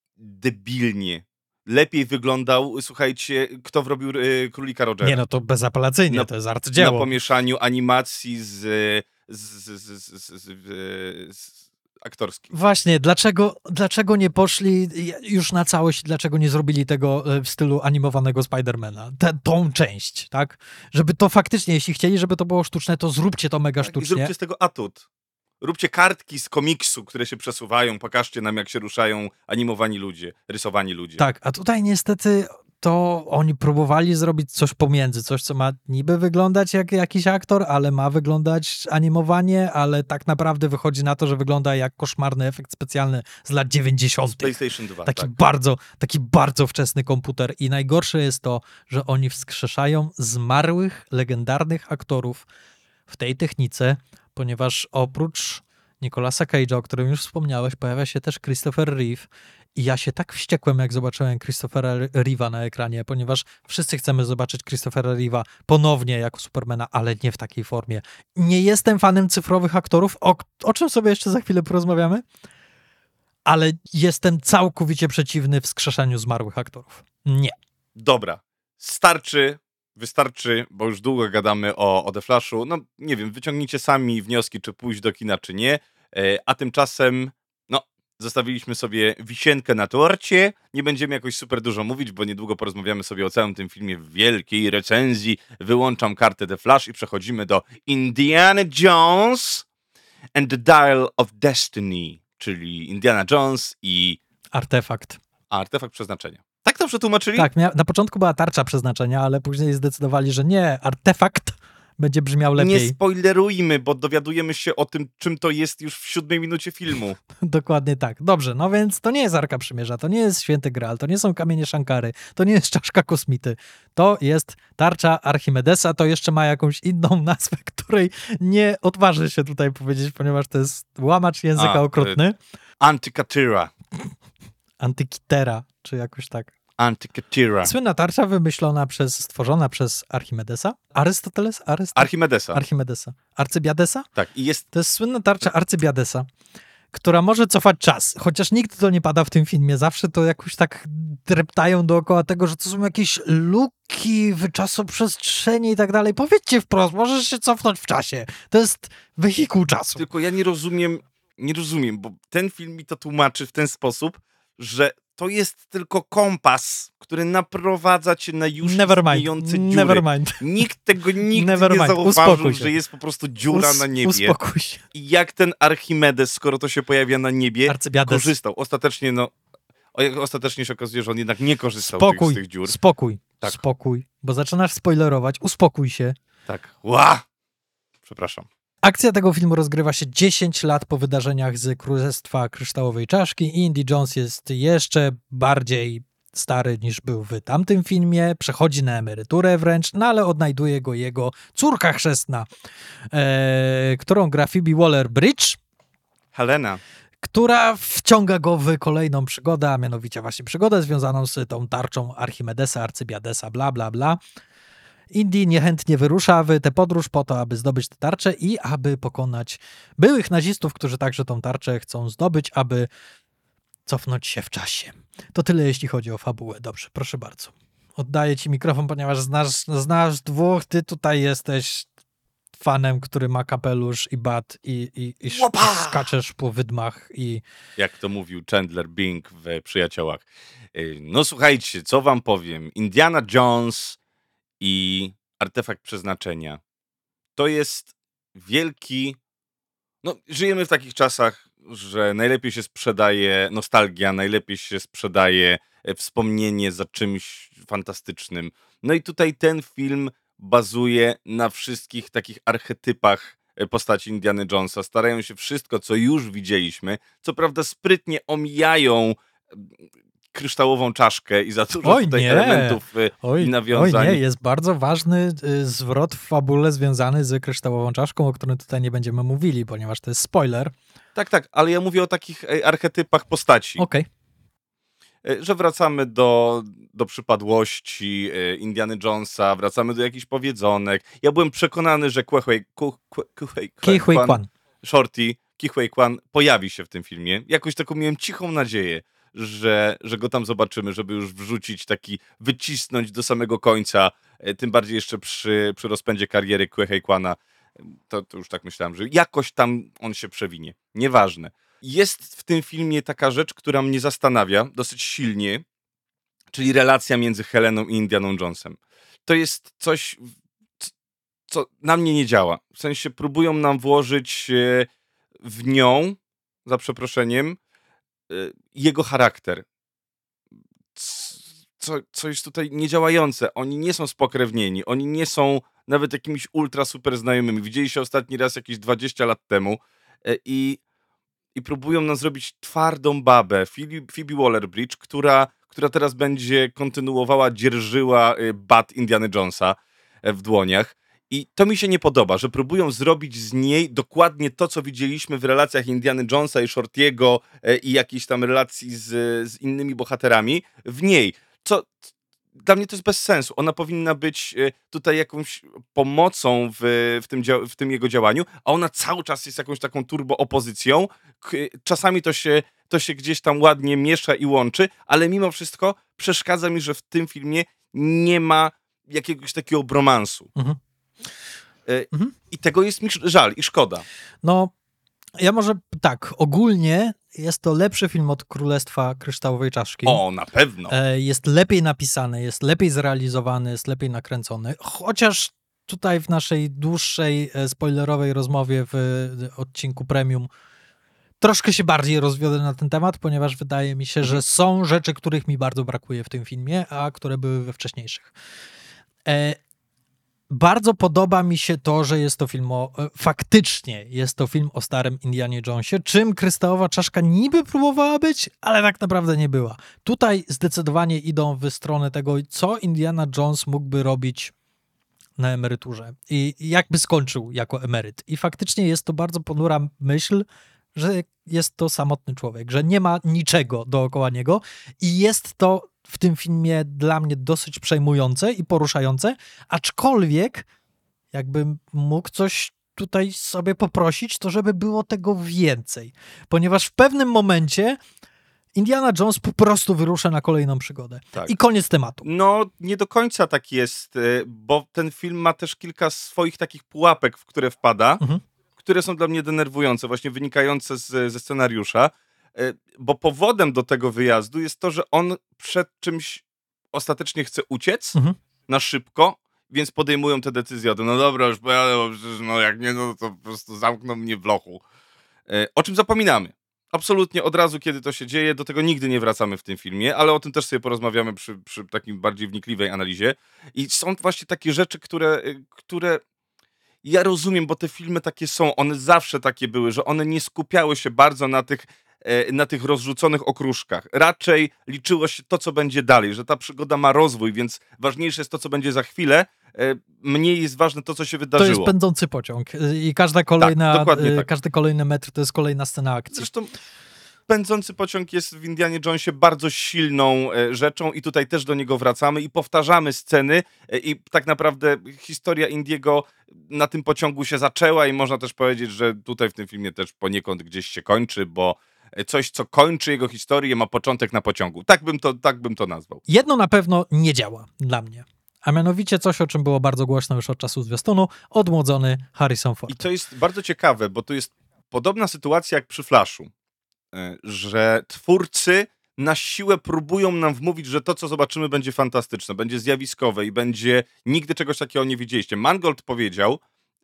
debilnie. Lepiej wyglądał, słuchajcie, kto wrobił y, Królika Rogera. Nie, no to bezapelacyjnie, na, to jest arcydzieło. Na pomieszaniu animacji z, z, z, z, z, z, z aktorskim. Właśnie, dlaczego, dlaczego nie poszli już na całość, dlaczego nie zrobili tego w stylu animowanego Spidermana? Tę, tą część, tak? Żeby to faktycznie, jeśli chcieli, żeby to było sztuczne, to zróbcie to mega tak, sztucznie. I zróbcie z tego atut. Róbcie kartki z komiksu, które się przesuwają, pokażcie nam, jak się ruszają animowani ludzie, rysowani ludzie. Tak, a tutaj niestety to oni próbowali zrobić coś pomiędzy, coś, co ma niby wyglądać jak jakiś aktor, ale ma wyglądać animowanie, ale tak naprawdę wychodzi na to, że wygląda jak koszmarny efekt specjalny z lat dziewięćdziesiątych. PlayStation dwa, taki tak. bardzo, taki bardzo wczesny komputer i najgorsze jest to, że oni wskrzeszają zmarłych, legendarnych aktorów w tej technice, ponieważ oprócz Nicolasa Cage'a, o którym już wspomniałeś, pojawia się też Christopher Reeve. I ja się tak wściekłem, jak zobaczyłem Christophera Reeve'a na ekranie, ponieważ wszyscy chcemy zobaczyć Christophera Reeve'a ponownie jako Supermana, ale nie w takiej formie. Nie jestem fanem cyfrowych aktorów, o, o czym sobie jeszcze za chwilę porozmawiamy, ale jestem całkowicie przeciwny wskrzeszaniu zmarłych aktorów. Nie. Dobra, starczy Wystarczy, bo już długo gadamy o, o The Flashu. No nie wiem, wyciągnijcie sami wnioski, czy pójść do kina, czy nie. E, a tymczasem, no, zostawiliśmy sobie wisienkę na torcie. Nie będziemy jakoś super dużo mówić, bo niedługo porozmawiamy sobie o całym tym filmie w wielkiej recenzji. Wyłączam kartę The Flash i przechodzimy do Indiana Jones and the Dial of Destiny, czyli Indiana Jones i Artefakt. artefakt przeznaczenia. Tak to przetłumaczyli? Tak, mia- na początku była tarcza przeznaczenia, ale później zdecydowali, że nie, artefakt będzie brzmiał lepiej. Nie spoilerujmy, bo dowiadujemy się o tym, czym to jest już w siódmej minucie filmu. Dokładnie tak. Dobrze, no więc to nie jest Arka Przymierza, to nie jest Święty Graal, to nie są kamienie Szankary, to nie jest czaszka kosmity. To jest tarcza Archimedesa, to jeszcze ma jakąś inną nazwę, której nie odważę się tutaj powiedzieć, ponieważ to jest łamacz języka A, okrutny. Antykatyra. Antykitera, czy jakoś tak. Antykatyra. Słynna tarcza wymyślona przez, stworzona przez Archimedesa. Arystoteles? Aryst- Archimedesa. Archimedesa. Arcybiadesa? Tak, i jest... To jest słynna tarcza Arcybiadesa, która może cofać czas, chociaż nigdy to nie pada w tym filmie. Zawsze to jakoś tak dreptają dookoła tego, że to są jakieś luki w czasoprzestrzeni i tak dalej. Powiedzcie wprost, możesz się cofnąć w czasie. To jest wehikuł czasu. Tylko ja nie rozumiem, nie rozumiem, bo ten film mi to tłumaczy w ten sposób, że to jest tylko kompas, który naprowadza cię na już istniejące dziury. Nevermind. Nikt tego nigdy Never nie mind. zauważył, Uspokój się. że jest po prostu dziura Us- na niebie. Uspokój się. I jak ten Archimedes, skoro to się pojawia na niebie, Arcybiades. korzystał. Ostatecznie, no, o- ostatecznie się okazuje, że on jednak nie korzystał Spokój, tych, z tych dziur. spokój, Tak. spokój, bo zaczynasz spoilerować. Uspokój się. Tak. Ła! Przepraszam. Akcja tego filmu rozgrywa się dziesięć lat po wydarzeniach z Królestwa Kryształowej Czaszki i Indy Jones jest jeszcze bardziej stary niż był w tamtym filmie, przechodzi na emeryturę wręcz, no ale odnajduje go jego córka chrzestna, e, którą gra Phoebe Waller-Bridge, Helena. która wciąga go w kolejną przygodę, a mianowicie właśnie przygodę związaną z tą tarczą Archimedesa, Arcybiadesa, bla, bla, bla. Indy niechętnie wyrusza w tę podróż po to, aby zdobyć tę tarczę i aby pokonać byłych nazistów, którzy także tą tarczę chcą zdobyć, aby cofnąć się w czasie. To tyle, jeśli chodzi o fabułę. Dobrze, proszę bardzo. Oddaję ci mikrofon, ponieważ znasz, znasz dwóch, ty tutaj jesteś fanem, który ma kapelusz i bat i, i, i sz- Łopa! skaczesz po wydmach i Jak to mówił Chandler Bing w Przyjaciołach. Yy, No słuchajcie, co wam powiem. Indiana Jones i artefakt przeznaczenia. To jest wielki... No, żyjemy w takich czasach, że najlepiej się sprzedaje nostalgia, najlepiej się sprzedaje e, wspomnienie za czymś fantastycznym. No i tutaj ten film bazuje na wszystkich takich archetypach e, postaci Indiana Jonesa. Starają się wszystko, co już widzieliśmy, co prawda sprytnie omijają e, kryształową czaszkę i za dużo Oj, tutaj nie. elementów e, Oj, i oj nawiązań. nie, jest bardzo ważny y, zwrot w fabule związany z kryształową czaszką, o którym tutaj nie będziemy mówili, ponieważ to jest spoiler. Tak, tak, ale ja mówię o takich e, archetypach postaci. Okej. E, Że wracamy do, do przypadłości e, Indiana Jonesa, wracamy do jakichś powiedzonek. Ja byłem przekonany, że Kwei Ke Huy Quan. Shorty, Ke Huy Quan pojawi się w tym filmie. Jakoś taką miałem cichą nadzieję, że, że go tam zobaczymy, żeby już wrzucić taki, wycisnąć do samego końca, e, tym bardziej jeszcze przy, przy rozpędzie kariery Ke Huy Quana. To, to już tak myślałem, że jakoś tam on się przewinie. Nieważne. Jest w tym filmie taka rzecz, która mnie zastanawia dosyć silnie, czyli relacja między Heleną i Indianą Jonesem. To jest coś, c- co na mnie nie działa. W sensie próbują nam włożyć e, w nią, za przeproszeniem, e, jego charakter. C- Co, co jest tutaj niedziałające. Oni nie są spokrewnieni, oni nie są nawet jakimiś ultra super znajomymi. Widzieli się ostatni raz jakieś dwadzieścia lat temu e, i i próbują nam zrobić twardą babę, Phoebe, Phoebe Waller-Bridge, która, która teraz będzie kontynuowała, dzierżyła y, bat Indiana Jonesa e, w dłoniach. I to mi się nie podoba, że próbują zrobić z niej dokładnie to, co widzieliśmy w relacjach Indiana Jonesa i Shortiego e, i jakiejś tam relacji z, z innymi bohaterami w niej. Co dla mnie to jest bez sensu. Ona powinna być e, tutaj jakąś pomocą w, w, tym, dzia- w tym jego działaniu, a ona cały czas jest jakąś taką turbo opozycją. K- Czasami to się, to się gdzieś tam ładnie miesza i łączy, ale mimo wszystko przeszkadza mi, że w tym filmie nie ma jakiegoś takiego bromansu. Mhm. E, Mhm. I tego jest mi żal i szkoda. No, ja może tak, ogólnie jest to lepszy film od Królestwa Kryształowej Czaszki. O, na pewno. E, Jest lepiej napisany, jest lepiej zrealizowany, jest lepiej nakręcony. Chociaż tutaj w naszej dłuższej, e, spoilerowej rozmowie w e, odcinku Premium troszkę się bardziej rozwiodę na ten temat, ponieważ wydaje mi się, że są rzeczy, których mi bardzo brakuje w tym filmie, a które były we wcześniejszych. E, Bardzo podoba mi się to, że jest to film o... e, Faktycznie jest to film o starym Indianie Jonesie, czym Kryształowa Czaszka niby próbowała być, ale tak naprawdę nie była. Tutaj zdecydowanie idą w stronę tego, co Indiana Jones mógłby robić na emeryturze i jakby skończył jako emeryt. I faktycznie jest to bardzo ponura myśl, że jest to samotny człowiek, że nie ma niczego dookoła niego i jest to w tym filmie dla mnie dosyć przejmujące i poruszające, aczkolwiek jakbym mógł coś tutaj sobie poprosić, to żeby było tego więcej. Ponieważ w pewnym momencie Indiana Jones po prostu wyrusza na kolejną przygodę. Tak. I koniec tematu. No, nie do końca tak jest, y, bo ten film ma też kilka swoich takich pułapek, w które wpada, Mhm. które są dla mnie denerwujące, właśnie wynikające z, ze scenariusza, y, bo powodem do tego wyjazdu jest to, że on przed czymś ostatecznie chce uciec Mhm. na szybko, więc podejmują te decyzje o tym, no dobra, już pojadę, bo przecież no jak nie, no to po prostu zamkną mnie w lochu. Y, o czym zapominamy. Absolutnie od razu, kiedy to się dzieje, do tego nigdy nie wracamy w tym filmie, ale o tym też sobie porozmawiamy przy, przy takim bardziej wnikliwej analizie. I są właśnie takie rzeczy, które, które ja rozumiem, bo te filmy takie są, one zawsze takie były, że one nie skupiały się bardzo na tych, e, na tych rozrzuconych okruszkach. Raczej liczyło się to, co będzie dalej, że ta przygoda ma rozwój, więc ważniejsze jest to, co będzie za chwilę, e, mniej jest ważne to, co się wydarzyło. To jest pędzący pociąg i każda kolejna, Tak, dokładnie y, tak. każdy kolejny metr to jest kolejna scena akcji. Zresztą pędzący pociąg jest w Indianie Jonesie bardzo silną e, rzeczą i tutaj też do niego wracamy i powtarzamy sceny e, i tak naprawdę historia Indiego na tym pociągu się zaczęła i można też powiedzieć, że tutaj w tym filmie też poniekąd gdzieś się kończy, bo e, coś, co kończy jego historię, ma początek na pociągu. Tak bym to, tak bym to nazwał. Jedno na pewno nie działa dla mnie, a mianowicie coś, o czym było bardzo głośno już od czasu zwiastunu, odmłodzony Harrison Ford. I to jest bardzo ciekawe, bo to jest podobna sytuacja jak przy Flashu, e, że twórcy na siłę próbują nam wmówić, że to, co zobaczymy, będzie fantastyczne, będzie zjawiskowe i będzie... Nigdy czegoś takiego nie widzieliście. Mangold powiedział,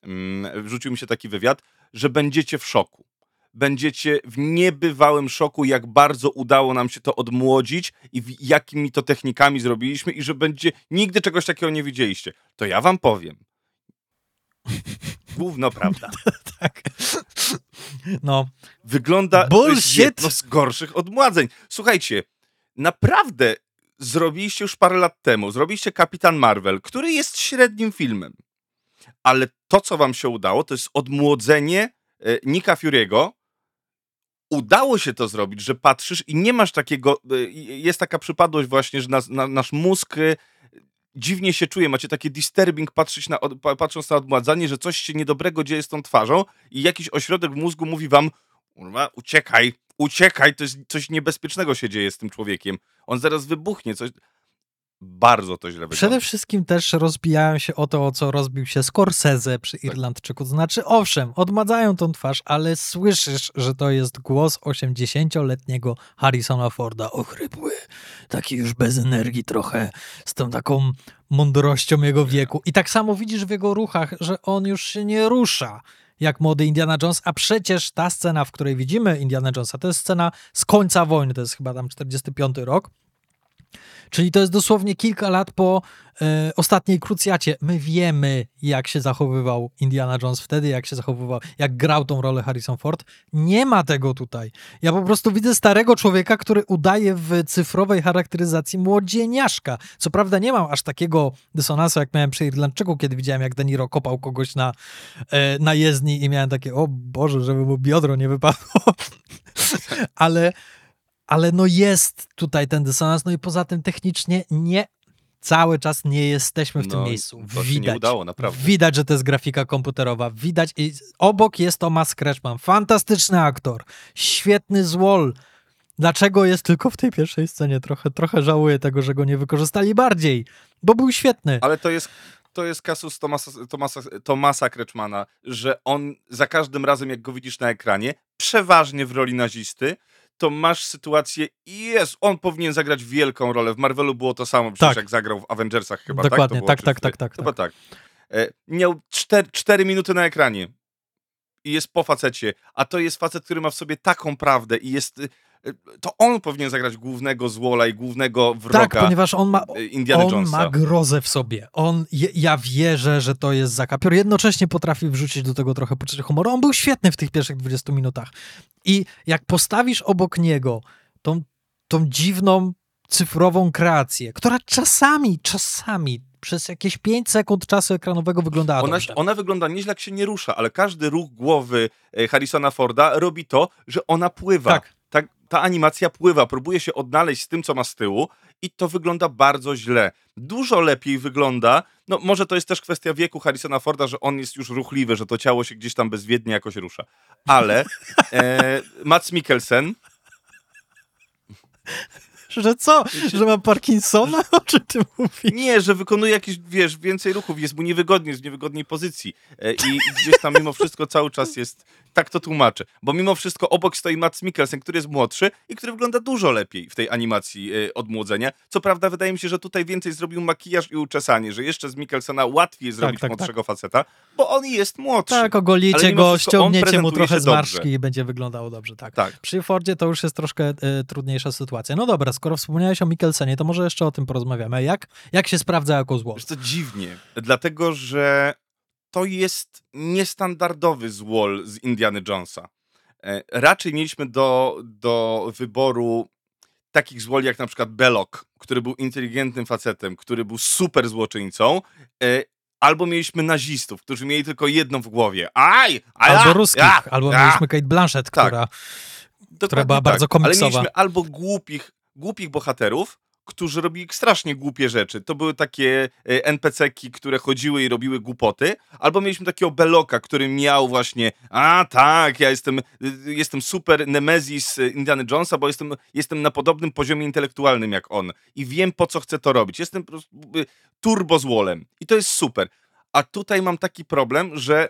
mm, wrzucił mi się taki wywiad, że będziecie w szoku. Będziecie w niebywałym szoku, jak bardzo udało nam się to odmłodzić i w, jakimi to technikami zrobiliśmy i że będzie... Nigdy czegoś takiego nie widzieliście. To ja wam powiem. Gówno prawda. Tak. No, Wygląda to jest Bullshit! jedno z gorszych odmładzeń. Słuchajcie, naprawdę zrobiliście już parę lat temu, zrobiliście Kapitan Marvel, który jest średnim filmem, ale to, co wam się udało, to jest odmłodzenie e, Nicka Fury'ego. Udało się to zrobić, że patrzysz i nie masz takiego, e, jest taka przypadłość właśnie, że nas, na, nasz mózg e, dziwnie się czuje, macie takie disturbing patrzeć na, od- pa- patrząc na odmładzanie, że coś się niedobrego dzieje z tą twarzą i jakiś ośrodek w mózgu mówi wam, kurwa, uciekaj, uciekaj, to jest coś niebezpiecznego się dzieje z tym człowiekiem. On zaraz wybuchnie, coś... Bardzo to źle wygląda. przede wszystkim też rozbijają się o to, o co rozbił się Scorsese przy Irlandczyku. To znaczy, owszem, odmadzają tą twarz, ale słyszysz, że to jest głos osiemdziesięcioletniego Harrisona Forda. Ochrypły, taki już bez energii trochę, z tą taką mądrością jego wieku. I tak samo widzisz w jego ruchach, że on już się nie rusza jak młody Indiana Jones, a przecież ta scena, w której widzimy Indiana Jonesa, to jest scena z końca wojny, to jest chyba tam czterdziesty piąty rok. Czyli to jest dosłownie kilka lat po e, ostatniej krucjacie. My wiemy, jak się zachowywał Indiana Jones wtedy, jak się zachowywał, jak grał tą rolę Harrison Ford. Nie ma tego tutaj. Ja po prostu widzę starego człowieka, który udaje w cyfrowej charakteryzacji młodzieniaszka. Co prawda nie mam aż takiego dysonansu, jak miałem przy Irlandczyku, kiedy widziałem, jak De Niro kopał kogoś na, e, na jezdni i miałem takie, o Boże, żeby mu biodro nie wypadło. Ale... Ale no jest tutaj ten dysonans, no i poza tym technicznie nie, cały czas nie jesteśmy w tym No, miejscu. to się Widać, nie udało, naprawdę. widać, że to jest grafika komputerowa, widać i obok jest Thomas Kretschmann, fantastyczny aktor, świetny Złol, Dlaczego jest tylko w tej pierwszej scenie? Trochę, trochę żałuję tego, że go nie wykorzystali bardziej, bo był świetny. Ale to jest, to jest kasus Tomasa, Tomasa, Tomasa Kretschmana, że on za każdym razem, jak go widzisz na ekranie, przeważnie w roli nazisty, to masz sytuację i jest, on powinien zagrać wielką rolę. W Marvelu było to samo, przecież Tak. jak zagrał w Avengersach chyba, Dokładnie, tak? To było, tak, czy tak, w- tak, tak, Chyba tak. E, miał cztery minuty na ekranie i jest po facecie, a to jest facet, który ma w sobie taką prawdę i jest... e, To on powinien zagrać głównego złola i głównego wroga Tak, ponieważ on ma, e, Indiana on Jonesa. ma grozę w sobie. On, je, ja wierzę, że to jest zakapior. Jednocześnie potrafi wrzucić do tego trochę poczucie humoru. On był świetny w tych pierwszych dwudziestu minutach. I jak postawisz obok niego tą, tą dziwną, cyfrową kreację, która czasami, czasami przez jakieś pięć sekund czasu ekranowego wyglądała Ona, dobrze. ona wygląda nieźle, jak się nie rusza, ale każdy ruch głowy e, Harrisona Forda robi to, że ona pływa. Tak. Ta, ta animacja pływa, próbuje się odnaleźć z tym, co ma z tyłu i to wygląda bardzo źle. Dużo lepiej wygląda, no może to jest też kwestia wieku Harrisona Forda, że on jest już ruchliwy, że to ciało się gdzieś tam bezwiednie jakoś rusza. Ale e, Mads Mikkelsen, Że co? Że ma Parkinsona? O czym ty mówisz? nie, że wykonuje jakieś, wiesz, więcej ruchów, jest mu niewygodnie, jest w niewygodniej pozycji e, i, i gdzieś tam mimo wszystko cały czas jest, tak to tłumaczę, bo mimo wszystko obok stoi Mads Mikkelsen, który jest młodszy i który wygląda dużo lepiej w tej animacji e, odmłodzenia. Co prawda wydaje mi się, że tutaj więcej zrobił makijaż i uczesanie, że jeszcze z Mikkelsena łatwiej jest zrobić tak, młodszego faceta, bo on jest młodszy. Tak, Ale ogolicie mimo go, wszystko on ściągniecie mu prezentuje trochę się zmarszczki dobrze. i będzie wyglądało dobrze, tak. Tak. Przy Fordzie to już jest troszkę e, trudniejsza sytuacja. No dobra, skoro wspomniałeś o Mikkelsenie, to może jeszcze o tym porozmawiamy. Jak, jak się sprawdza jako zło? Wiesz co, dziwnie, dlatego, że to jest niestandardowy złol z Indiana Jonesa. E, raczej mieliśmy do, do wyboru takich złoli jak na przykład Belloc, który był inteligentnym facetem, który był super złoczyńcą, e, albo mieliśmy nazistów, którzy mieli tylko jedno w głowie. Aj! Aj Albo a, ruskich, a, albo a. mieliśmy Kate Blanchett, Tak. która... Dokładnie była bardzo komiksowa. Ale mieliśmy albo głupich, głupich bohaterów, którzy robili strasznie głupie rzeczy. To były takie e, en pe ce ki, które chodziły i robiły głupoty, albo mieliśmy takiego Belloca, który miał właśnie, a tak, ja jestem, y, jestem super Nemezis Indiana Jonesa, bo jestem, jestem na podobnym poziomie intelektualnym jak on i wiem, po co chcę to robić. Jestem po prostu y, turbo złolem i to jest super. A tutaj mam taki problem, że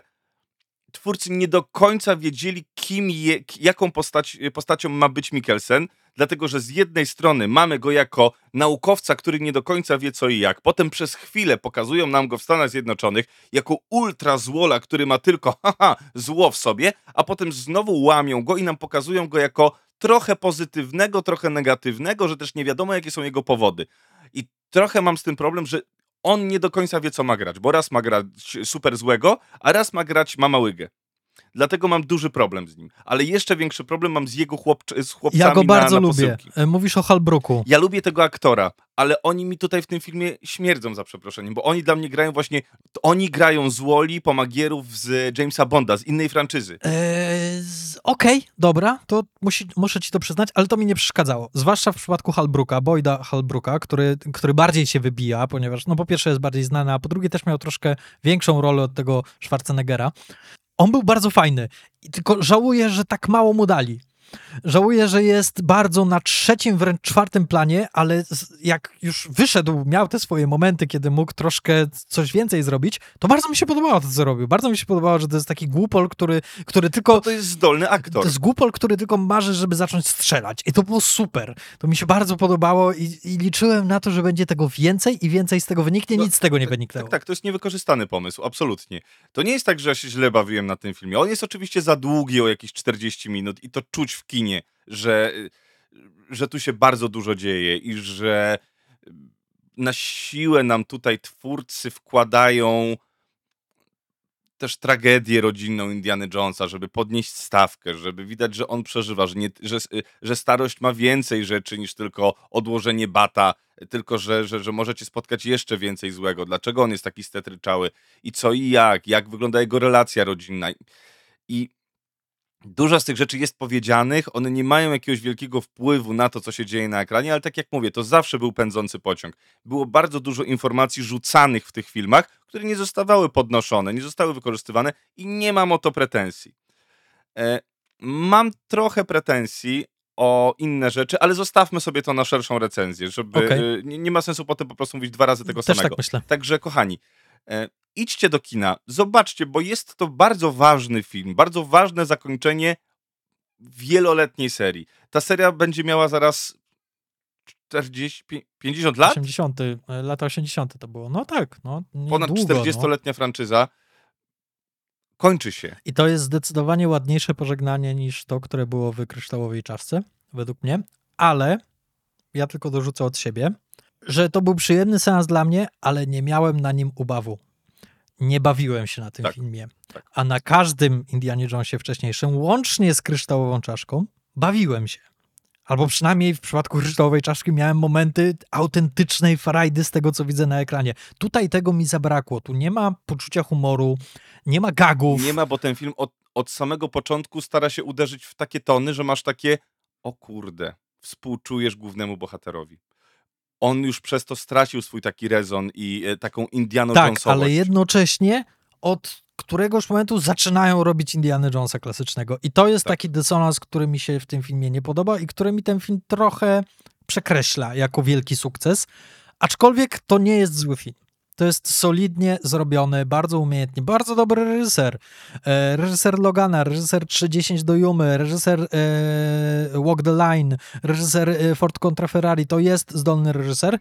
twórcy nie do końca wiedzieli, kim je, k- jaką postać, postacią ma być Mikkelsen, dlatego że z jednej strony mamy go jako naukowca, który nie do końca wie co i jak, potem przez chwilę pokazują nam go w Stanach Zjednoczonych jako ultra złola, który ma tylko haha, zło w sobie, a potem znowu łamią go i nam pokazują go jako trochę pozytywnego, trochę negatywnego, że też nie wiadomo, jakie są jego powody. I trochę mam z tym problem, że on nie do końca wie, co ma grać, bo raz ma grać super złego, a raz ma grać mama łygę. Dlatego mam duży problem z nim. Ale jeszcze większy problem mam z jego chłopc- z chłopcami Ja go bardzo na, na lubię. posyłki. E, Mówisz o Halbrooku. Ja lubię tego aktora, ale oni mi tutaj w tym filmie śmierdzą, za przeproszeniem, bo oni dla mnie grają właśnie, to oni grają złoli pomagierów z Jamesa Bonda, z innej franczyzy. Eee, z- Okej, dobra, to musi, muszę ci to przyznać, ale to mi nie przeszkadzało. Zwłaszcza w przypadku Halbrooka, Boyda Halbrooka, który, który bardziej się wybija, ponieważ no po pierwsze jest bardziej znany, a po drugie też miał troszkę większą rolę od tego Schwarzeneggera. On był bardzo fajny, i tylko żałuję, że tak mało mu dali. Żałuję, że jest bardzo na trzecim, wręcz czwartym planie, ale z- jak już wyszedł, miał te swoje momenty, kiedy mógł troszkę coś więcej zrobić, to bardzo mi się podobało to, co robił. Bardzo mi się podobało, że to jest taki głupol, który, który tylko... To jest zdolny aktor. To jest głupol, który tylko marzy, żeby zacząć strzelać. I to było super. To mi się bardzo podobało i, i liczyłem na to, że będzie tego więcej i więcej z tego wyniknie. No, Nic z tego nie tak, wyniknęło. Tak, tak, to jest niewykorzystany pomysł, absolutnie. To nie jest tak, że ja się źle bawiłem na tym filmie. On jest oczywiście za długi, o jakieś czterdzieści minut i to czuć w kinie, że, że tu się bardzo dużo dzieje i że na siłę nam tutaj twórcy wkładają też tragedię rodzinną Indiana Jonesa, żeby podnieść stawkę, żeby widać, że on przeżywa, że, nie, że, że starość ma więcej rzeczy niż tylko odłożenie bata, tylko że, że, że możecie spotkać jeszcze więcej złego. Dlaczego on jest taki stetryczały i co i jak, jak wygląda jego relacja rodzinna. I dużo z tych rzeczy jest powiedzianych, one nie mają jakiegoś wielkiego wpływu na to, co się dzieje na ekranie, ale tak jak mówię, to zawsze był pędzący pociąg. Było bardzo dużo informacji rzucanych w tych filmach, które nie zostawały podnoszone, nie zostały wykorzystywane i nie mam o to pretensji. E, mam trochę pretensji o inne rzeczy, ale zostawmy sobie to na szerszą recenzję, żeby Okej. nie, nie ma sensu potem po prostu mówić dwa razy tego Też samego. tak myślę. Także kochani, e, idźcie do kina, zobaczcie, bo jest to bardzo ważny film, bardzo ważne zakończenie wieloletniej serii. Ta seria będzie miała zaraz czterdzieści, pięćdziesiąt lat? osiemdziesiąte, lata osiemdziesiąte to było. No tak, no. Ponad niedługo, no. czterdziestoletnia franczyza kończy się. I to jest zdecydowanie ładniejsze pożegnanie niż to, które było w Kryształowej Czaszce, według mnie. Ale ja tylko dorzucę od siebie, że to był przyjemny seans dla mnie, ale nie miałem na nim ubawu. Nie bawiłem się na tym Tak, filmie. tak. A na każdym Indianie Jonesie wcześniejszym, łącznie z Kryształową Czaszką, bawiłem się. Albo przynajmniej w przypadku Kryształowej Czaszki miałem momenty autentycznej frajdy z tego, co widzę na ekranie. Tutaj tego mi zabrakło. Tu nie ma poczucia humoru, nie ma gagów. Nie ma, bo ten film od, od samego początku stara się uderzyć w takie tony, że masz takie, o kurde, współczujesz głównemu bohaterowi. On już przez to stracił swój taki rezon i e, taką Indiana Tak, Jonesowość. ale jednocześnie od któregoś momentu zaczynają robić Indiana Jonesa klasycznego. I to jest Tak. taki dysonans, który mi się w tym filmie nie podoba i który mi ten film trochę przekreśla jako wielki sukces. Aczkolwiek to nie jest zły film. To jest solidnie zrobiony, bardzo umiejętnie, bardzo dobry reżyser. E, reżyser Logana, reżyser trzy dziesięć do Jumy, reżyser e, Walk the Line, reżyser e, Ford kontra Ferrari. To jest zdolny reżyser,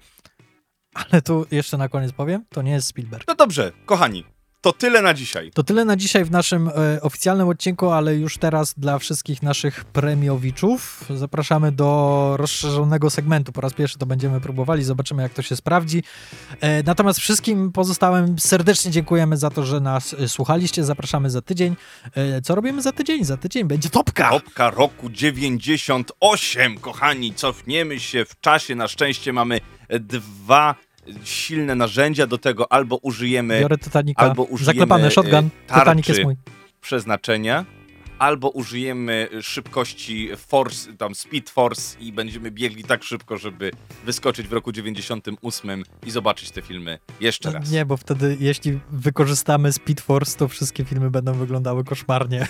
ale tu jeszcze na koniec powiem, to nie jest Spielberg. No dobrze, kochani, to tyle na dzisiaj. To tyle na dzisiaj w naszym e, oficjalnym odcinku, ale już teraz dla wszystkich naszych premiowiczów zapraszamy do rozszerzonego segmentu. Po raz pierwszy to będziemy próbowali, zobaczymy jak to się sprawdzi. E, natomiast wszystkim pozostałym serdecznie dziękujemy za to, że nas e, słuchaliście. Zapraszamy za tydzień. E, co robimy za tydzień? Za tydzień będzie topka! Topka roku dziewięćdziesiąt osiem, kochani, cofniemy się w czasie. Na szczęście mamy dwa silne narzędzia do tego, albo użyjemy Biorę Titanica. albo użyjemy Zaklepany shotgun. tarczy Titanic jest mój. przeznaczenia, albo użyjemy szybkości Force, tam Speed Force i będziemy biegli tak szybko, żeby wyskoczyć w roku dziewięćdziesiątym ósmym i zobaczyć te filmy jeszcze raz. Nie, bo wtedy jeśli wykorzystamy Speed Force, to wszystkie filmy będą wyglądały koszmarnie.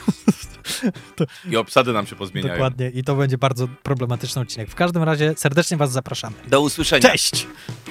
to, I obsady nam się pozmieniają. dokładnie. I to będzie bardzo problematyczny odcinek. W każdym razie serdecznie was zapraszamy. Do usłyszenia. Cześć!